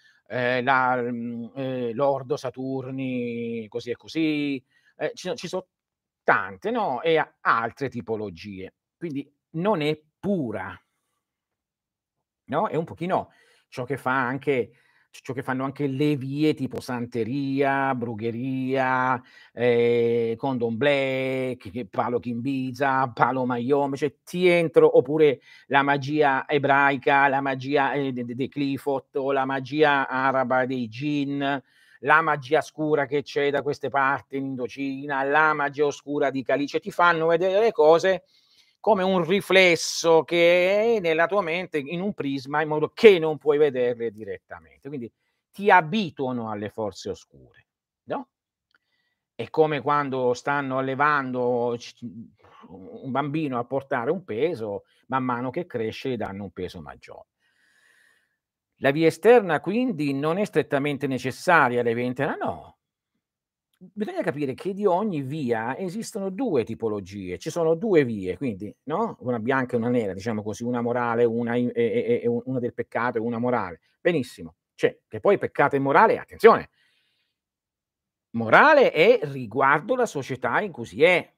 l'ordo Saturni così e così, ci so tante, no, e altre tipologie. Quindi non è pura. No, è un pochino ciò che fa anche ciò che fanno anche le vie tipo santeria, brugheria, candomblé, che palo Kimbiza, palo Mayom, cioè ti entro oppure la magia ebraica, la magia, de dei Qlīfot o la magia araba dei Jinn, la magia scura che c'è da queste parti in Indocina, la magia oscura di Cali cioè ti fanno vedere le cose come un riflesso che è nella tua mente in un prisma, in modo che non puoi vederle direttamente. Quindi ti abituano alle forze oscure, no, è come quando stanno allevando un bambino a portare un peso, man mano che cresce gli danno un peso maggiore. La via esterna quindi non è strettamente necessaria alla via interna? No. Bisogna capire che di ogni via esistono 2 tipologie, ci sono 2 vie, quindi, no, una bianca e una nera, diciamo così, una morale, una i e una del peccato e una morale. Benissimo. Che poi peccato e morale, attenzione, morale è riguardo la società in cui si è,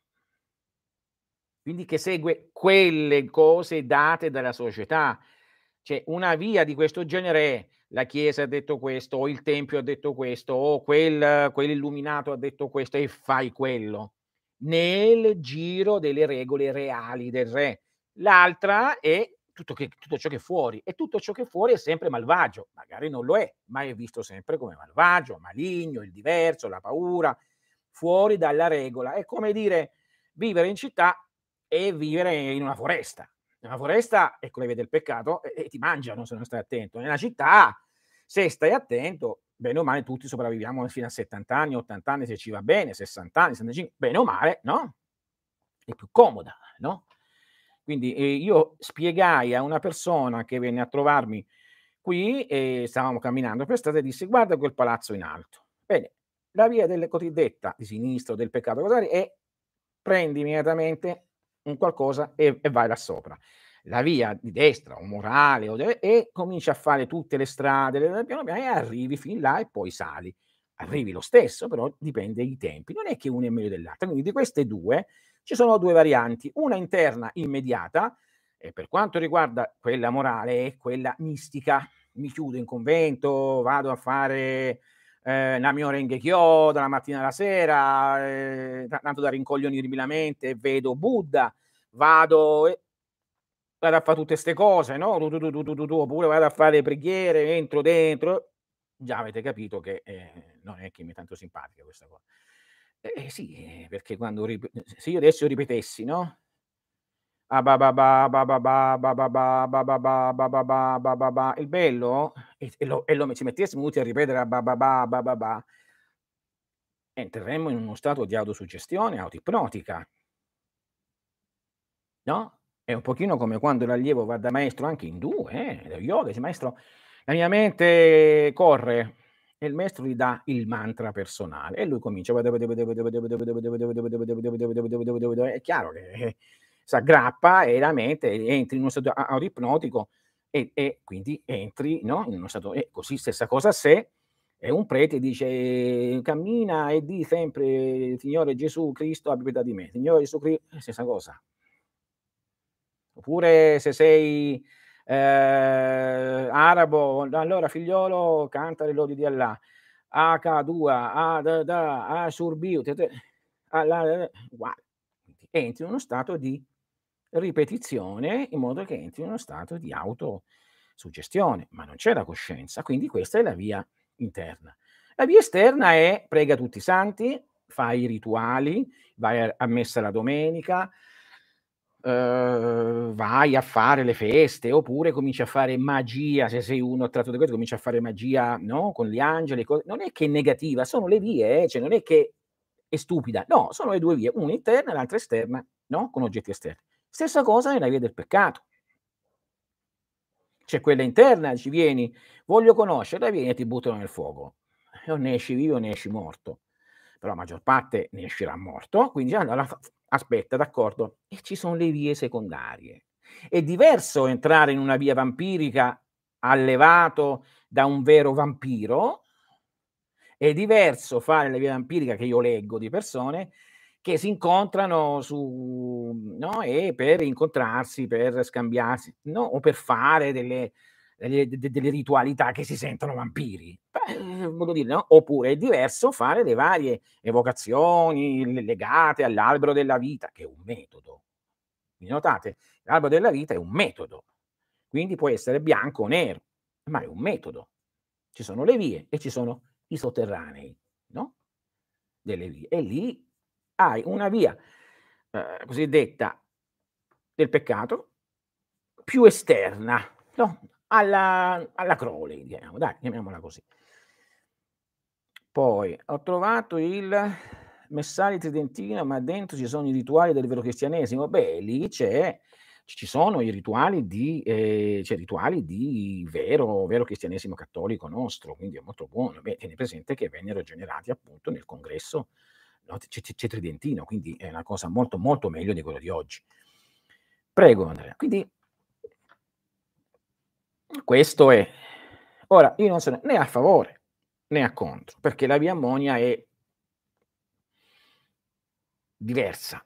quindi che segue quelle cose date dalla società. Cioè, una via di questo genere è: la Chiesa ha detto questo, o il Tempio ha detto questo, o quell'illuminato ha detto questo e fai quello, nel giro delle regole reali del re. L'altra è tutto ciò che è fuori, e tutto ciò che è fuori è sempre malvagio. Magari non lo è, ma è visto sempre come malvagio, maligno, il diverso, la paura, fuori dalla regola. È come dire vivere in città e vivere in una foresta. Nella foresta, ecco le vie del peccato e ti mangiano se non stai attento. Nella città, se stai attento, bene o male tutti sopravviviamo fino a 70 anni, 80 anni se ci va bene, 60 anni, 65, bene o male, no, è più comoda, no? Quindi, io spiegai a una persona che venne a trovarmi qui, stavamo camminando per strada e dissi: "Guarda quel palazzo in alto." Bene, la via del cosiddetta di sinistra o del peccato cos'è è: prendi immediatamente un qualcosa e vai là sopra. La via di destra o morale e cominci a fare tutte le strade, piano piano e arrivi fin là e poi sali. Arrivi lo stesso, però dipende i tempi. Non è che una è meglio dell'altra. Quindi di queste 2 ci sono 2 varianti, una interna immediata, e per quanto riguarda quella morale è quella mistica. Mi chiudo in convento, vado a fare Namyo Renge Kyo dalla mattina alla sera, tanto da rincoglionirmi la mente, vedo Buddha, vado vado a fa' tutte 'ste cose, no, oppure vado a fare le preghiere, entro dentro. Già avete capito che, non è che mi è tanto simpatica questa cosa. Sì, perché quando se io adesso ripetessi, no, a ba ba ba, ba ba ba, ba ba ba, ba ba ba, ba ba ba, ba ba ba, il bello e lo ci mettessimo tutti a ripetere a ba ba ba, ba ba ba, entreremmo in uno stato di autosuggestione, autoipnotica, no, è un pochino come quando l'allievo va da maestro anche indù, lo yoga, dice: "Maestro, la mia mente corre", e il maestro gli dà il mantra personale e lui comincia è chiaro che s'aggrappa e la mente entri in uno stato autoipnotico e quindi entri, no, in uno stato e così stessa cosa a sé, e un prete dice: "Cammina e di sempre: Signore Gesù Cristo, abbi pietà di me. Signore Gesù stessa cosa. Oppure se sei, arabo, allora figliolo canta le lodi di Allah. Akadua, Adada, Ashurbiu, te alla uguale. Entri in uno stato di ripetizione, in modo che entri in uno stato di autosuggestione, ma non c'è la coscienza, quindi questa è la via interna. La via esterna è: prega tutti i santi, fai i rituali, vai a messa la domenica, vai a fare le feste, oppure cominci a fare magia, se sei uno attratto da questo, cominci a fare magia, no, con gli angeli, non è che è negativa, sono le vie, cioè non è che è stupida, no, sono le 2 vie, una interna e l'altra esterna, no, con oggetti esterni. Stessa cosa nella via del peccato. C'è quella interna, ci vieni: "Voglio conoscerla", vieni e ti buttano nel fuoco. O ne esci vivo o ne esci morto. Però la maggior parte ne uscirà morto, quindi allora aspetta, d'accordo, e ci son le vie secondarie. È diverso entrare in una via vampirica allevato da un vero vampiro, è diverso fare la via vampirica che io leggo di persone che si incontrano no, e per incontrarsi, per scambiarsi, no, o per fare delle ritualità che si sentono vampiri. Beh, voglio dire, no, oppure è diverso fare le varie evocazioni legate all'albero della vita, che è un metodo. Mi notate? L'albero della vita è un metodo, quindi può essere bianco o nero, ma è un metodo. Ci sono le vie e ci sono i sotterranei, no, delle vie. E lì hai una via, cosiddetta del peccato, più esterna, no, alla Crowley, dai, chiamiamola così. Poi ho trovato il Messali Tridentino, ma dentro ci sono i rituali del vero cristianesimo. Beh, lì ci sono i rituali rituali di vero cristianesimo cattolico nostro, quindi è molto buono. Beh, tieni presente che vennero generati appunto nel congresso, no, tridentino, quindi è una cosa molto, molto meglio di quello di oggi. Prego Andrea. Quindi questo è. Ora, io non sono né a favore né a contro, perché la via Ammonia è diversa,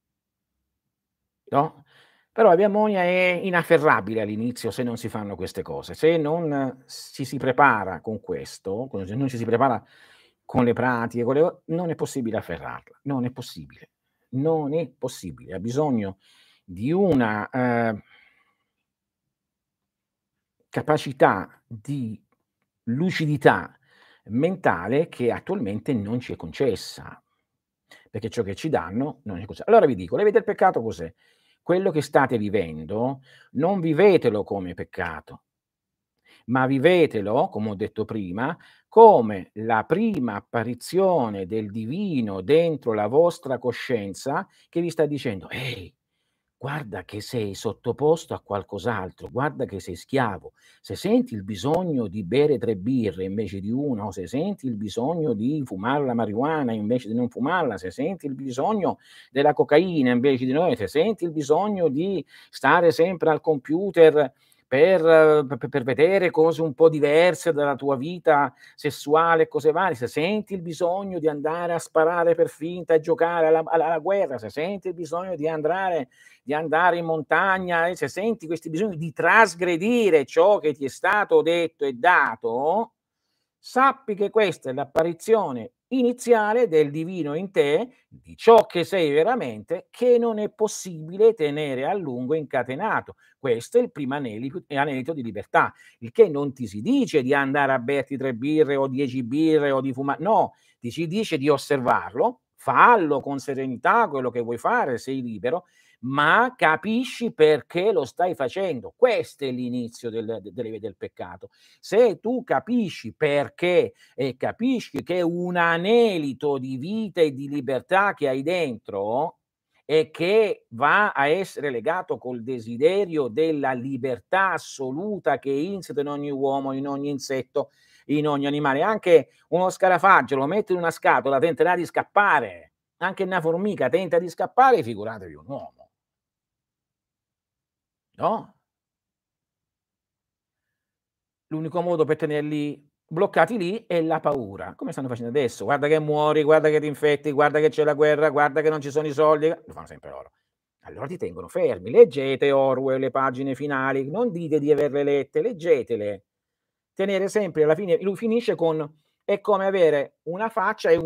no, però la via Ammonia è inafferrabile all'inizio se non si fanno queste cose. Se non ci si prepara con questo, se non ci si prepara con le pratiche, con le non è possibile afferrarla, non è possibile, non è possibile. Ha bisogno di una, capacità di lucidità mentale che attualmente non ci è concessa, perché ciò che ci danno non è concessa. Allora vi dico, la via del peccato cos'è? Quello che state vivendo non vivetelo come peccato, ma vivetelo, come ho detto prima, come la prima apparizione del divino dentro la vostra coscienza che vi sta dicendo: "Ehi, guarda che sei sottoposto a qualcos'altro, guarda che sei schiavo. Se senti il bisogno di bere 3 birre invece di 1, se senti il bisogno di fumare la marijuana invece di non fumarla, se senti il bisogno della cocaina invece di no, se senti il bisogno di stare sempre al computer per vedere cose un po' diverse dalla tua vita sessuale e cose varie, se senti il bisogno di andare a sparare per finta e giocare alla guerra, se senti il bisogno di andare in montagna e se senti questi bisogni di trasgredire ciò che ti è stato detto e dato, sappi che questa è l'apparizione iniziale del divino in te, di ciò che sei veramente, che non è possibile tenere a lungo incatenato. Questo è il primo anelito di libertà, il che non ti si dice di andare a berti 3 birre o 10 birre o di no, ti si dice di osservarlo, fallo con serenità quello che vuoi fare, sei libero, ma capisci perché lo stai facendo. Questo è l'inizio del peccato. Se tu capisci perché e capisci che è un anelito di vita e di libertà che hai dentro e che va a essere legato col desiderio della libertà assoluta che è insito in ogni uomo, in ogni insetto, in ogni animale. Anche uno scarafaggio lo metti in una scatola, tenterà di scappare. Anche una formica tenta di scappare, figuratevi un uomo, no? L'unico modo per tenerli bloccati lì è la paura, come stanno facendo adesso. Guarda che muori, guarda che ti infetti, guarda che c'è la guerra, guarda che non ci sono i soldi, lo fanno sempre loro. Allora ti tengono fermi. Leggete Orwell, le pagine finali, non dite di averle lette, leggetele. Tenere sempre alla fine lui finisce con è come avere una faccia e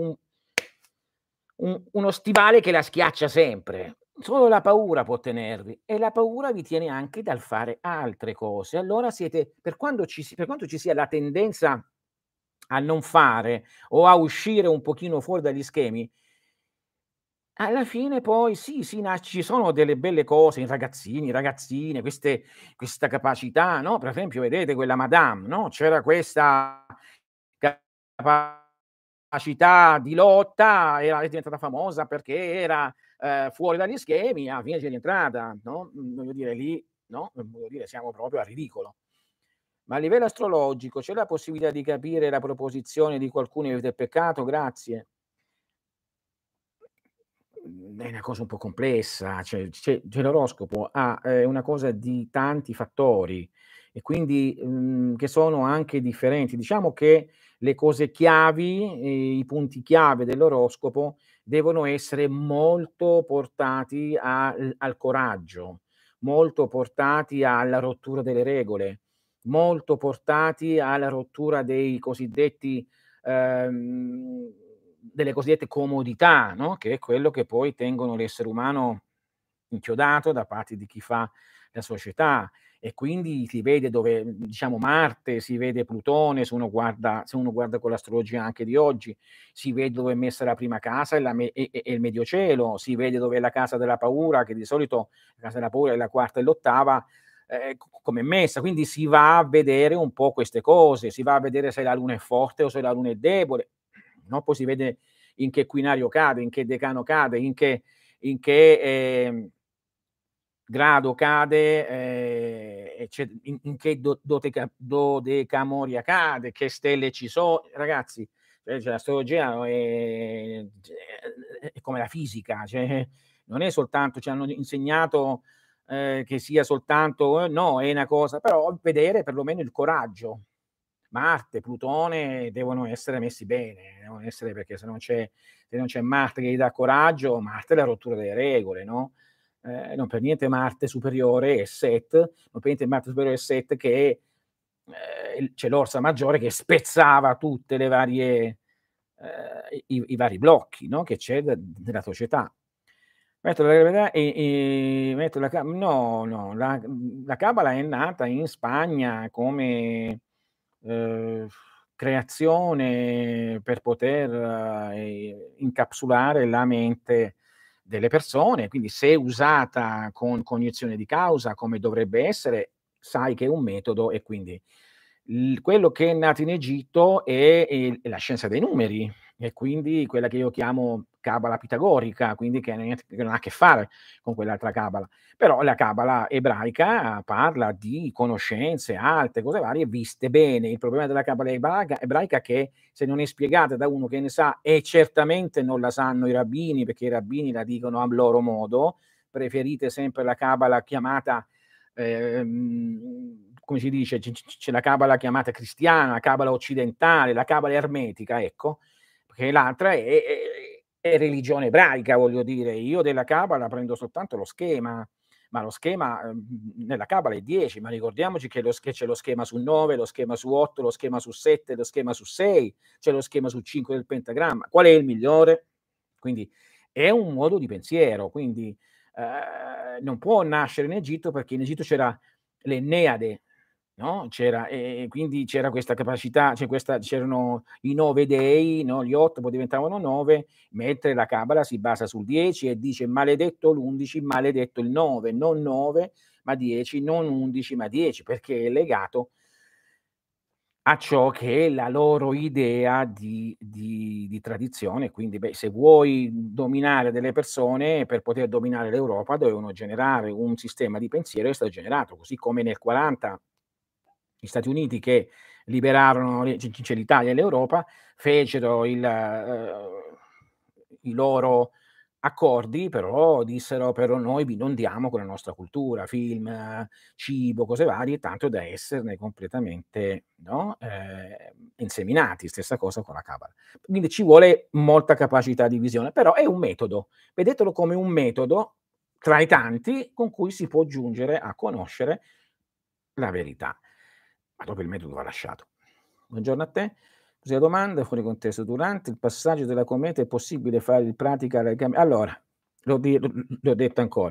uno stivale che la schiaccia sempre. Solo la paura può tenervi e la paura vi tiene anche dal fare altre cose. Allora siete per quanto ci sia la tendenza a non fare o a uscire un pochino fuori dagli schemi, alla fine poi sì, ci sono delle belle cose in ragazzini, ragazzine, questa capacità, no, per esempio vedete quella Madame, no, c'era questa capacità di lotta, è diventata famosa perché era, fuori dagli schemi, alla fine c'è rientrata, no, voglio dire lì, no, voglio dire siamo proprio al ridicolo. Ma a livello astrologico c'è la possibilità di capire la proposizione di qualcuno del peccato? È una cosa un po' complessa, cioè l'oroscopo è una cosa di tanti fattori e quindi, che sono anche differenti. Diciamo che le cose chiavi, i punti chiave dell'oroscopo devono essere molto portati al coraggio, molto portati alla rottura delle regole, molto portati alla rottura dei cosiddetti delle cosiddette comodità, no, che è quello che poi tengono l'essere umano inchiodato da parte di chi fa la società e quindi si vede dove diciamo Marte, si vede Plutone, se uno guarda con l'astrologia anche di oggi, si vede dove è messa la prima casa e la me e il medio cielo, si vede dove è la casa della paura, che di solito la casa della paura è la quarta e l'ottava, come è messa. Quindi si va a vedere un po' queste cose, si va a vedere se la luna è forte o se la luna è debole, no, poi si vede in che quinario cade, in che decano cade, in che grado cade, in che dodecamoria cade, che stelle ci ragazzi, cioè l'astrologia è come la fisica, cioè non è soltanto ci hanno insegnato, che sia soltanto no, è una cosa però vedere perlomeno il coraggio. Marte, Plutone devono essere messi bene, devono essere perché se non c'è Marte che gli dà coraggio, Marte è la rottura delle regole, no, non per niente Marte superiore è Set, non per niente Marte superiore è Set che, c'è l'Orsa Maggiore che spezzava tutte le varie i vari blocchi, no, che c'è nella società. Metodo della gravità metodo la ca no, no, la cabala è nata in Spagna come, uhm, creazione per poter, incapsulare la mente delle persone, quindi se usata con cognizione di causa, come dovrebbe essere, sai che è un metodo e quindi quello che è nato in Egitto è la scienza dei numeri e quindi quella che io chiamo cabala pitagorica, quindi che non ha a che fare con quell'altra cabala. Però la cabala ebraica parla di conoscenze alte, cose varie, viste bene. Il problema della cabala ebraica è che se non è spiegata da uno che ne sa, e certamente non la sanno i rabbini, perché i rabbini la dicono a loro modo, preferite sempre la cabala chiamata come si dice, c'è la cabala chiamata cristiana, la cabala occidentale, la cabala ermetica, ecco, perché l'altra è religione ebraica, voglio dire. Io della cabala prendo soltanto lo schema, ma lo schema, nella cabala è 10, ma ricordiamoci che c'è lo schema su 9, lo schema su 8, lo schema su 7, lo schema su 6, c'è lo schema su 5 del pentagramma. Qual è il migliore? Quindi è un modo di pensiero, quindi, non può nascere in Egitto perché in Egitto c'era l'Enneade, no, quindi c'era questa capacità, c'erano i 9 dei, no, gli 8 poi diventavano 9, mentre la cabala si basa sul 10 e dice: "Maledetto l'11, maledetto il 9", non 9 ma 10, non 11 ma 10, perché è legato a ciò che è la loro idea di tradizione. Quindi, beh, se vuoi dominare delle persone, per poter dominare l'Europa dovevano generare un sistema di pensiero, è stato generato, così come nel '40 gli Stati Uniti che liberarono c'è l'Italia e l'Europa, fecero i loro accordi, però dissero: "Però noi vi non diamo con la nostra cultura, film, cibo, cose varie, tanto da esserne completamente, no, inseminati." Stessa cosa con la cabala. Quindi ci vuole molta capacità di visione, però è un metodo. Vedetelo come un metodo tra i tanti con cui si può giungere a conoscere la verità. Ma dopo il metodo va lasciato. Buongiorno a te. Così domanda fuori contesto. Durante il passaggio della cometa è possibile fare in pratica allora, l'ho detto ancora.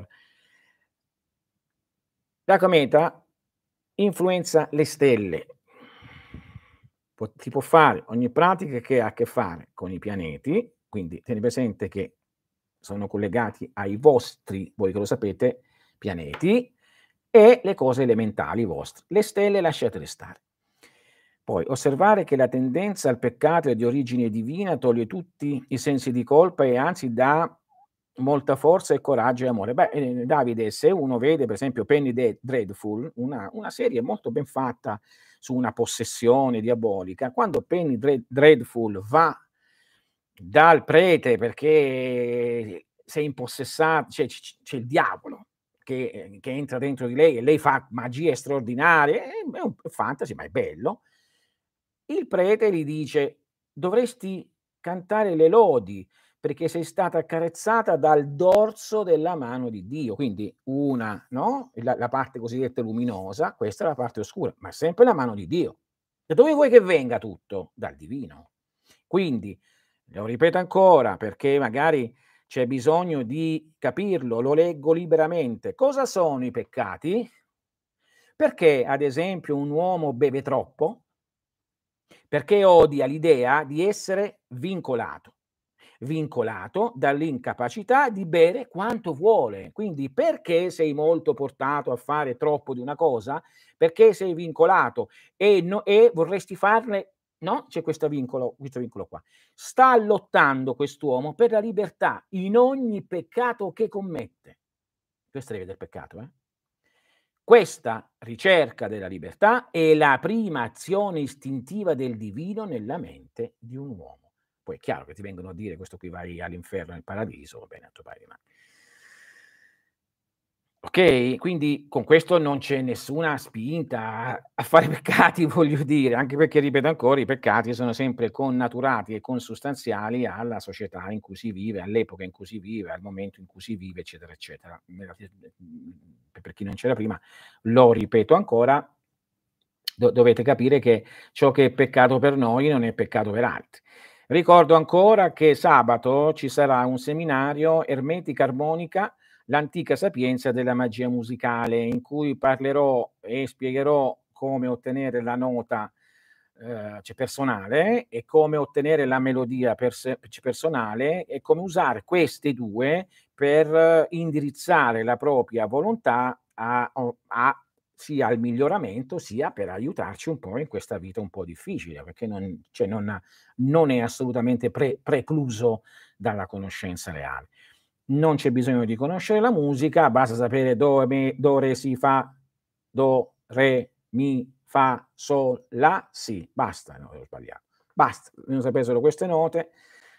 La cometa influenza le stelle. Si può fare ogni pratica che ha a che fare con i pianeti, quindi tieni presente che sono collegati ai vostri, voi che lo sapete, pianeti e le cose elementali vostre. Le stelle lasciatele stare. Poi osservare che la tendenza al peccato è di origine divina toglie tutti i sensi di colpa e anzi dà molta forza e coraggio e amore. Beh, Davide, se uno vede per esempio Penny Dreadful, una serie molto ben fatta su una possessione diabolica, quando Penny Dreadful va dal prete perché sei impossessato, c'è il diavolo che entra dentro di lei e lei fa magie straordinarie, è un fantasy, ma è bello. Il prete gli dice: "Dovresti cantare le lodi, perché sei stata accarezzata dal dorso della mano di Dio". Quindi una, no, la parte cosiddetta luminosa, questa è la parte oscura, ma è sempre la mano di Dio. Da dove vuoi che venga tutto? Dal divino. Quindi, lo ripeto ancora, perché magari c'è bisogno di capirlo, lo leggo liberamente. Cosa sono i peccati? Perché, ad esempio, un uomo beve troppo? Perché odia l'idea di essere vincolato dall'incapacità di bere quanto vuole. Quindi perché sei molto portato a fare troppo di una cosa? Perché sei vincolato e vorresti farne No, c'è questo vincolo qua. Sta lottando quest'uomo per la libertà in ogni peccato che commette. Questa deve del peccato, eh. Questa ricerca della libertà è la prima azione istintiva del divino nella mente di un uomo. Poi è chiaro che ti vengono a dire: "Questo qui vai all'inferno e al paradiso", va bene, a tuo pare, ma okay, quindi con questo non c'è nessuna spinta a fare peccati, voglio dire, anche perché, ripeto ancora, i peccati sono sempre connaturati e consustanziali alla società in cui si vive, all'epoca in cui si vive, al momento in cui si vive, eccetera, eccetera. Per chi non c'era prima, lo ripeto ancora, dovete capire che ciò che è peccato per noi non è peccato per altri. Ricordo ancora che sabato ci sarà un seminario Ermetica armonica, l'antica sapienza della magia musicale, in cui parlerò e spiegherò come ottenere la nota, cioè personale, e come ottenere la melodia personale, e come usare queste 2 per indirizzare la propria volontà a sia al miglioramento, sia per aiutarci un po' in questa vita un po' difficile, perché non è assolutamente precluso dalla conoscenza reale. Non c'è bisogno di conoscere la musica, basta sapere do, re, si, fa, do, re, mi, fa, sol, la, si. Basta, no, ho sbagliato. Basta, bisogna sapere solo queste note,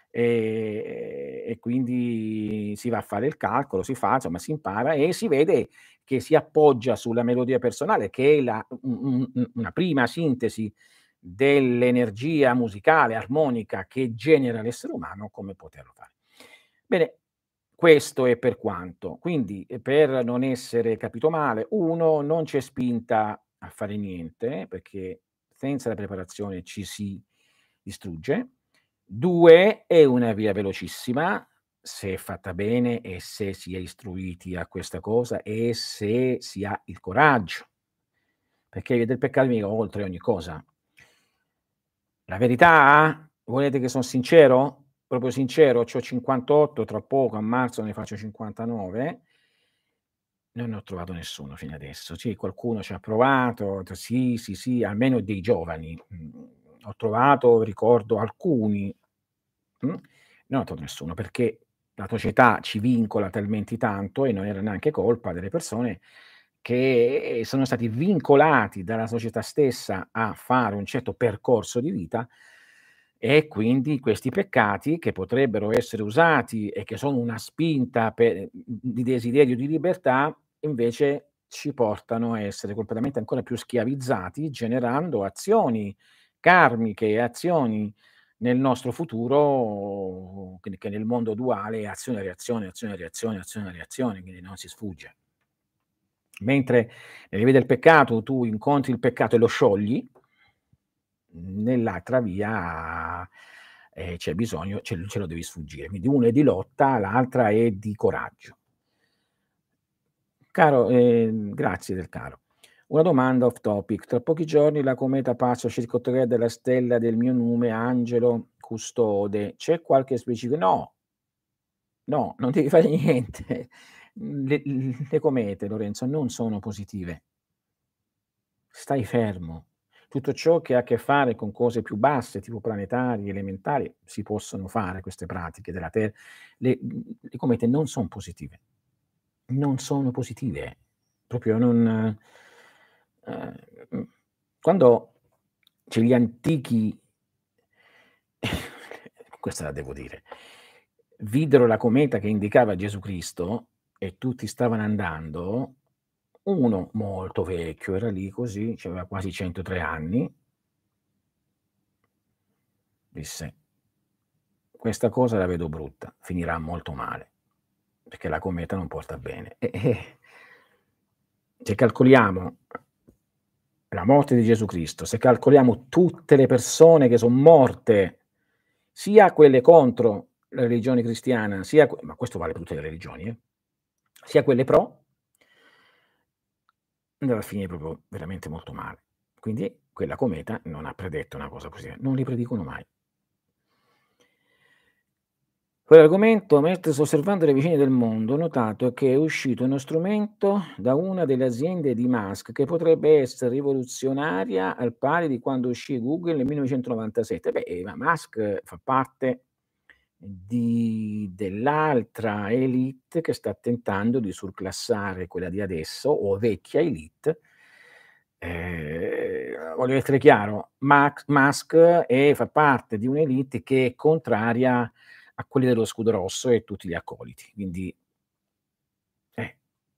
e quindi si va a fare il calcolo, si fa, insomma si impara e si vede che si appoggia sulla melodia personale, che è una prima sintesi dell'energia musicale, armonica che genera l'essere umano, come poterlo fare. Bene, questo è per quanto. Quindi, per non essere capito male, 1 non c'è spinta a fare niente, perché senza la preparazione ci si distrugge. 2 è una via velocissima, se è fatta bene e se si è istruiti a questa cosa e se si ha il coraggio, perché via del peccato mica oltre ogni cosa. La verità? Volete che son sincero? Proprio sincero? C'ho 58, tra poco a marzo ne faccio 59. Non ne ho trovato nessuno fino adesso. Sì, qualcuno ci ha provato, ho detto: "Sì, sì, sì", almeno dei giovani. Ho trovato, ricordo alcuni, non ho trovato nessuno, perché la società ci vincola talmente tanto, e non era neanche colpa delle persone che sono stati vincolati dalla società stessa a fare un certo percorso di vita, e quindi questi peccati, che potrebbero essere usati e che sono una spinta di desiderio di libertà, invece ci portano a essere completamente ancora più schiavizzati, generando azioni karmiche e azioni nel nostro futuro, quindi che nel mondo duale è azione, reazione, azione, reazione, azione, reazione, quindi non si sfugge. Mentre nelle vie del peccato tu incontri il peccato e lo sciogli, nell'altra via, c'è bisogno, ce lo devi sfuggire. Quindi una è di lotta, l'altra è di coraggio. Caro, grazie del caro. Una domanda off topic: tra pochi giorni la cometa passa circonterrà la stella del mio nome, Angelo Custode. C'è qualche specifico? No, no, non devi fare niente. Le comete, Lorenzo, non sono positive. Stai fermo. Tutto ciò che ha a che fare con cose più basse, tipo planetari, elementari, si possono fare queste pratiche della le comete non son positive. Non sono positive. Proprio non mhmm, quando c'è gli antichi questa la devo dire, videro la cometa che indicava Gesù Cristo e tutti stavano andando, uno molto vecchio era lì così, c'aveva quasi 103 anni, disse: "Questa cosa la vedo brutta, finirà molto male, perché la cometa non porta bene". Se calcoliamo la morte di Gesù Cristo, se calcoliamo tutte le persone che son morte, sia quelle contro la religione cristiana, sia ma questo vale per tutte le religioni, sia quelle pro, andava a finire proprio veramente molto male. Quindi quella cometa non ha predetto una cosa così, non li predicono mai. Poi l'argomento: mentre sto osservando le vicine del mondo, ho notato che è uscito uno strumento da una delle aziende di Musk che potrebbe essere rivoluzionaria al pari di quando uscì Google nel 1997. Beh, ma Musk fa parte dell'altra elite che sta tentando di surclassare quella di adesso, o vecchia elite. Voglio essere chiaro, Musk fa parte di un'elite che è contraria a quelli dello Scudo Rosso e tutti gli accoliti. Eh,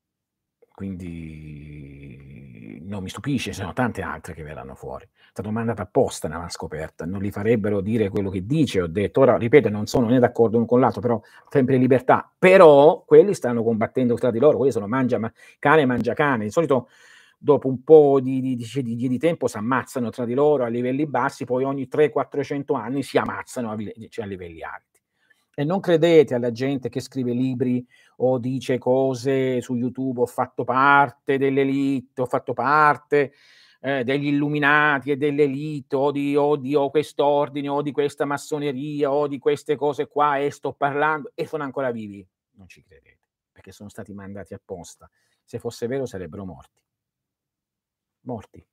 quindi non mi stupisce, ce ne sono tante altre che verranno fuori. È stato mandato apposta nella scoperta, non li farebbero dire quello che dice, ho detto. Ora ripeto, non sono né d'accordo l'un con l'altro, però sempre libertà. Però quelli stanno combattendo tra di loro, quelli sono cane mangia cane. Di solito dopo un po' di tempo s'ammazzano tra di loro a livelli bassi, poi ogni 3, 400 anni si ammazzano a livelli alti. E non credete alla gente che scrive libri o dice cose su YouTube: "Ho fatto parte dell'élite, ho fatto parte, degli illuminati e dell'élite o quest'ordine o di questa massoneria o di queste cose qua e sto parlando", e sono ancora vivi. Non ci credete, perché sono stati mandati apposta. Se fosse vero sarebbero morti. Morti.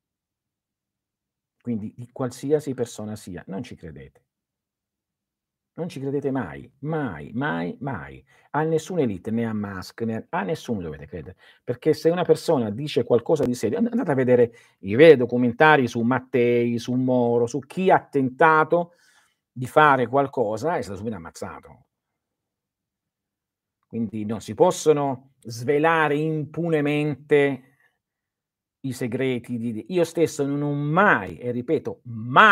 Quindi di qualsiasi persona sia, non ci credete. Non ci credete mai, mai, mai, mai. A nessuna élite, né a Musk, né a nessuno dovete credere, perché se una persona dice qualcosa di serio, andate a vedere i veri documentari su Mattei, su Moro, su chi ha tentato di fare qualcosa è stato subito ammazzato. Quindi non si possono svelare impunemente i segreti di io stesso non ho mai, e ripeto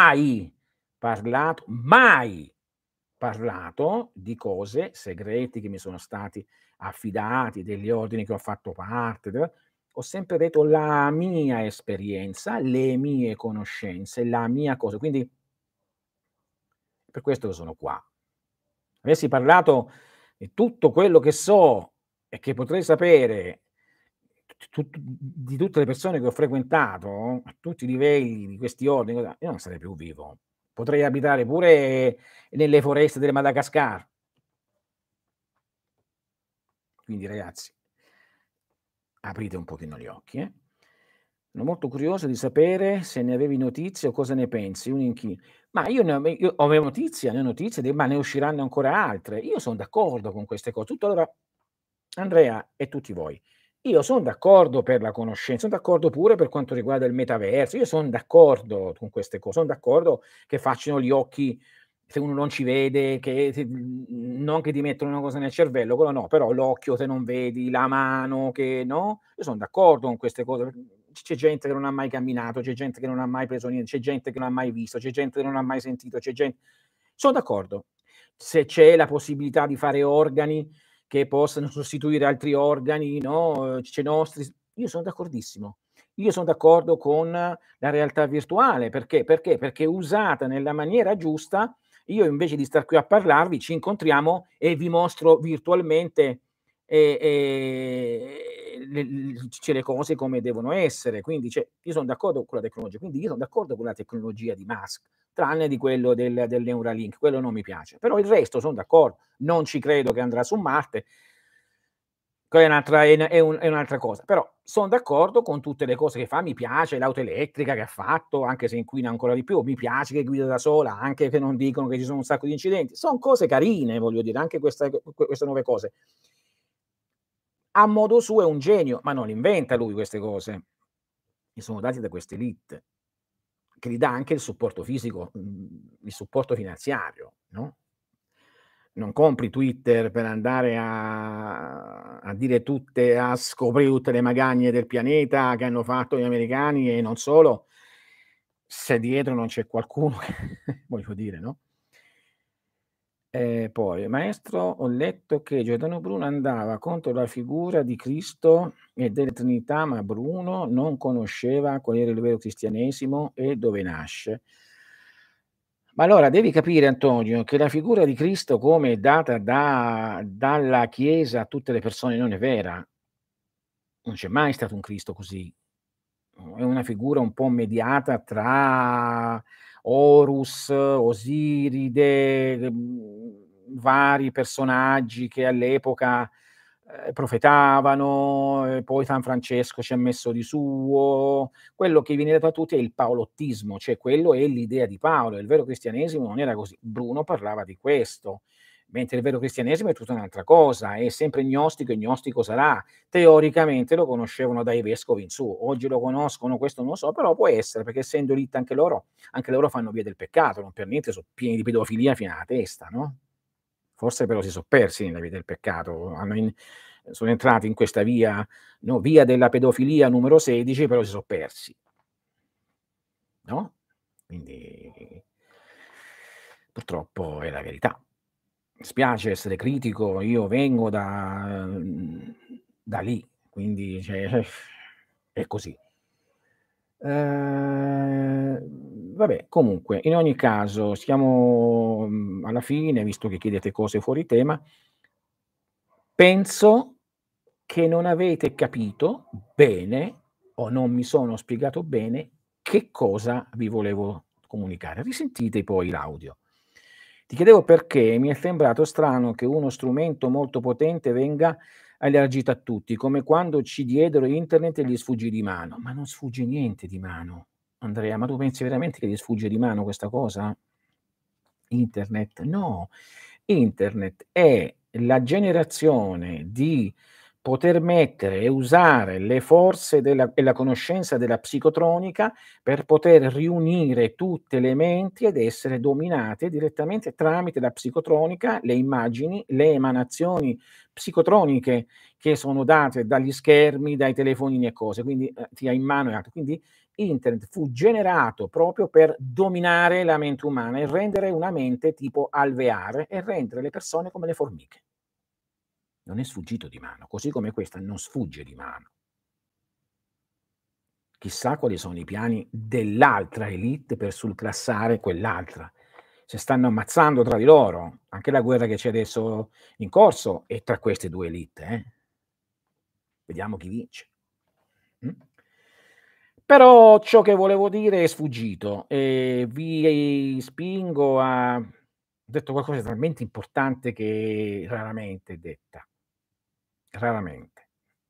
mai parlato di cose, segreti che mi sono stati affidati, degli ordini che ho fatto parte, ho sempre detto la mia esperienza, le mie conoscenze, la mia cosa. Quindi per questo che sono qua. Avessi parlato di tutto quello che so e che potrei sapere, di tutte le persone che ho frequentato, a tutti i livelli di questi ordini, io non sarei più vivo. Potrei abitare pure nelle foreste del Madagascar. Quindi ragazzi, aprite un pochino gli occhi, eh. Sono molto curioso di sapere se ne avevi notizie o cosa ne pensi. Un inchino. Ma io avevo notizie, ne ho notizie, ma ne usciranno ancora altre. Io son d'accordo con queste cose. Tutto allora Andrea e tutti voi, io son d'accordo per la conoscenza, son d'accordo pure per quanto riguarda il metaverso, io son d'accordo con queste son d'accordo che facciano gli occhi se uno non ci vede, non che ti mettono una cosa nel cervello, quello no, però l'occhio se non vedi, la mano che no, io son d'accordo con queste cose, c'è gente che non ha mai camminato, c'è gente che non ha mai preso c'è gente che non ha mai visto, c'è gente che non ha mai sentito, son d'accordo. Se c'è la possibilità di fare organi che possano sostituire altri organi, no, c'è nostri s io son d'accordissimo. Io son d'accordo con la realtà virtuale, perché? Perché usata nella maniera giusta, io invece di star qui a parlarvi, ci incontriamo e vi mostro virtualmente, le cose come devono essere. Quindi cioè, io son d'accordo con la tecnologia, quindi io son d'accordo con la tecnologia di Musk, tranne di quello del Neuralink, quello non mi piace. Però il resto son d'accordo, non ci credo che andrà su Marte, quella è un'altra cosa, però son d'accordo con tutte le cose che fa, mi piace l'auto elettrica che ha fatto, anche se inquina ancora di più, mi piace che guida da sola, anche che non dicono che ci sono un sacco di incidenti. Son cose carine, voglio dire, anche queste nuove cose. A modo suo è un genio, ma non le inventa lui queste cose. Gli sono dati da queste elite, che gli dà anche il supporto fisico, il supporto finanziario, no? Non compri Twitter per andare a dire a scoprire tutte le magagne del pianeta che hanno fatto gli americani e non solo, se dietro non c'è qualcuno che voglio dire, no? Poi: "Maestro, ho letto che Giordano Bruno andava contro la figura di Cristo e della Trinità, ma Bruno non conosceva qual era il vero cristianesimo e dove nasce". Ma allora devi capire Antonio, che la figura di Cristo come è data dalla Chiesa a tutte le persone non è vera. Non c'è mai stato un Cristo così. È una figura un po' mediata tra Horus, Osiride, vari personaggi che all'epoca, profetavano, poi San Francesco ci ha messo di suo. Quello che viene da tutti è il paolottismo, cioè quello è l'idea di Paolo. Il vero cristianesimo non era così. Bruno parlava di questo, mentre il vero cristianesimo è tutta un'altra cosa, è sempre gnostico e gnostico sarà. Teoricamente lo conoscevano dai vescovi in su, oggi lo conoscono, questo non lo so, però può essere, perché essendo elite anche loro fanno via del peccato, non per niente so' pieni di pedofilia fino alla testa, no, forse però si so' persi nella via del peccato, hanno in sono entrati in questa via, no, via della pedofilia numero 16, però si so' persi, no, quindi purtroppo è la verità. Spiace essere critico, io vengo da lì, quindi cioè è così. Vabbè, comunque, in ogni caso siamo, alla fine, visto che chiedete cose fuori tema, penso che non avete capito bene, o non mi sono spiegato bene, che cosa vi volevo comunicare. Risentite poi l'audio. Ti chiedevo perché mi è sembrato strano che uno strumento molto potente venga elargito a tutti, come quando ci diedero internet e gli sfuggì di mano. Ma non sfugge niente di mano, Andrea, ma tu pensi veramente che gli sfugge di mano questa cosa? Internet? No. Internet è la generazione di poter mettere e usare le forze della e la conoscenza della psicotronica per poter riunire tutte le menti ed essere dominate direttamente tramite la psicotronica, le immagini, le emanazioni psicotroniche che sono date dagli schermi, dai telefonini e cose, quindi, ti hai in mano e altro. Quindi Internet fu generato proprio per dominare la mente umana e rendere una mente tipo alveare e rendere le persone come le formiche. Non è sfuggito di mano, così come questa non sfugge di mano. Chissà quali sono i piani dell'altra élite per surclassare quell'altra. Si stanno ammazzando tra di loro. Anche la guerra che c'è adesso in corso è tra queste 2 élite, Vediamo chi vince. Mh. Però ciò che volevo dire è sfuggito e vi spingo a ho detto qualcosa di talmente importante che raramente è detta, raramente.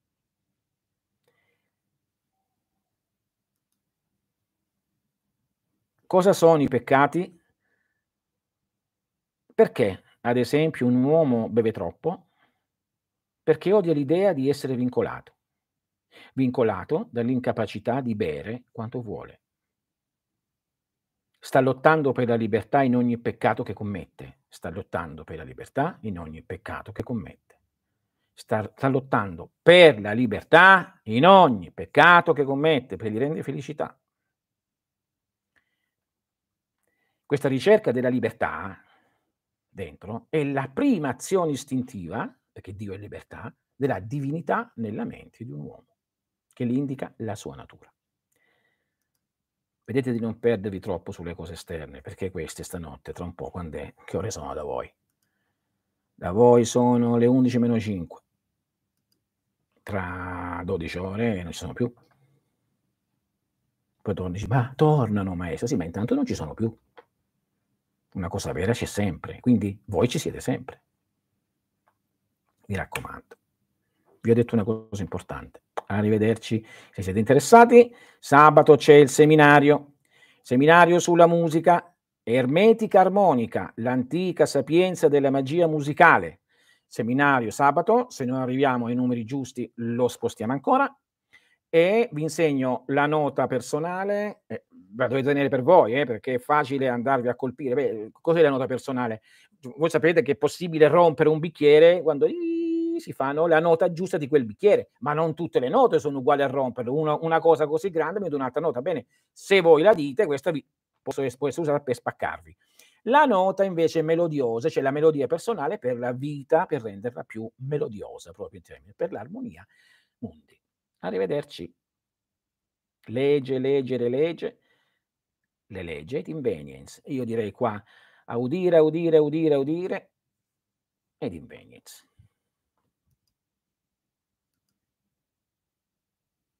Cosa sono i peccati? Perché, ad esempio, un uomo beve troppo? Perché odia l'idea di essere vincolato dall'incapacità di bere quanto vuole. Sta lottando per la libertà in ogni peccato che commette. Sta lottando per la libertà in ogni peccato che commette. Sta lottando per la libertà in ogni peccato che commette, perché gli rende felicità. Questa ricerca della libertà dentro è la prima azione istintiva, perché Dio è libertà, della divinità nella mente di un uomo, che gli indica la sua natura. Vedete di non perdervi troppo sulle cose esterne, perché queste stanotte, tra un po' quand'è? Che ore sono da voi? Da voi sono le 11 meno 5. Tra 12 ore non ci sono più. Poi torni, dici: "Ma tornano maestro". Sì, ma intanto non ci sono più. Una cosa vera c'è sempre, quindi voi ci siete sempre. Mi raccomando. Vi ho detto una cosa importante. Arrivederci. Se siete interessati, sabato c'è il seminario sulla musica ermetica armonica, l'antica sapienza della magia musicale. Seminario sabato, se non arriviamo ai numeri giusti lo spostiamo ancora e vi insegno la nota personale, la dovete tenere per voi, perché è facile andarvi a colpire. Beh, cos'è la nota personale? Voi sapete che è possibile rompere un bicchiere quando si fa, no, la nota giusta di quel bicchiere, ma non tutte le note sono uguali a romperlo. Una cosa così grande mette un'altra nota. Bene, se voi la dite, questa vi può essere usata per spaccarvi. La nota invece melodiosa, cioè la melodia personale per la vita, per renderla più melodiosa proprio in termini, per l'armonia mundi. Arrivederci. Legge, leggere, legge, le legge et inveniens. Io direi qua: audire, audire, audire, audire ed inveniens.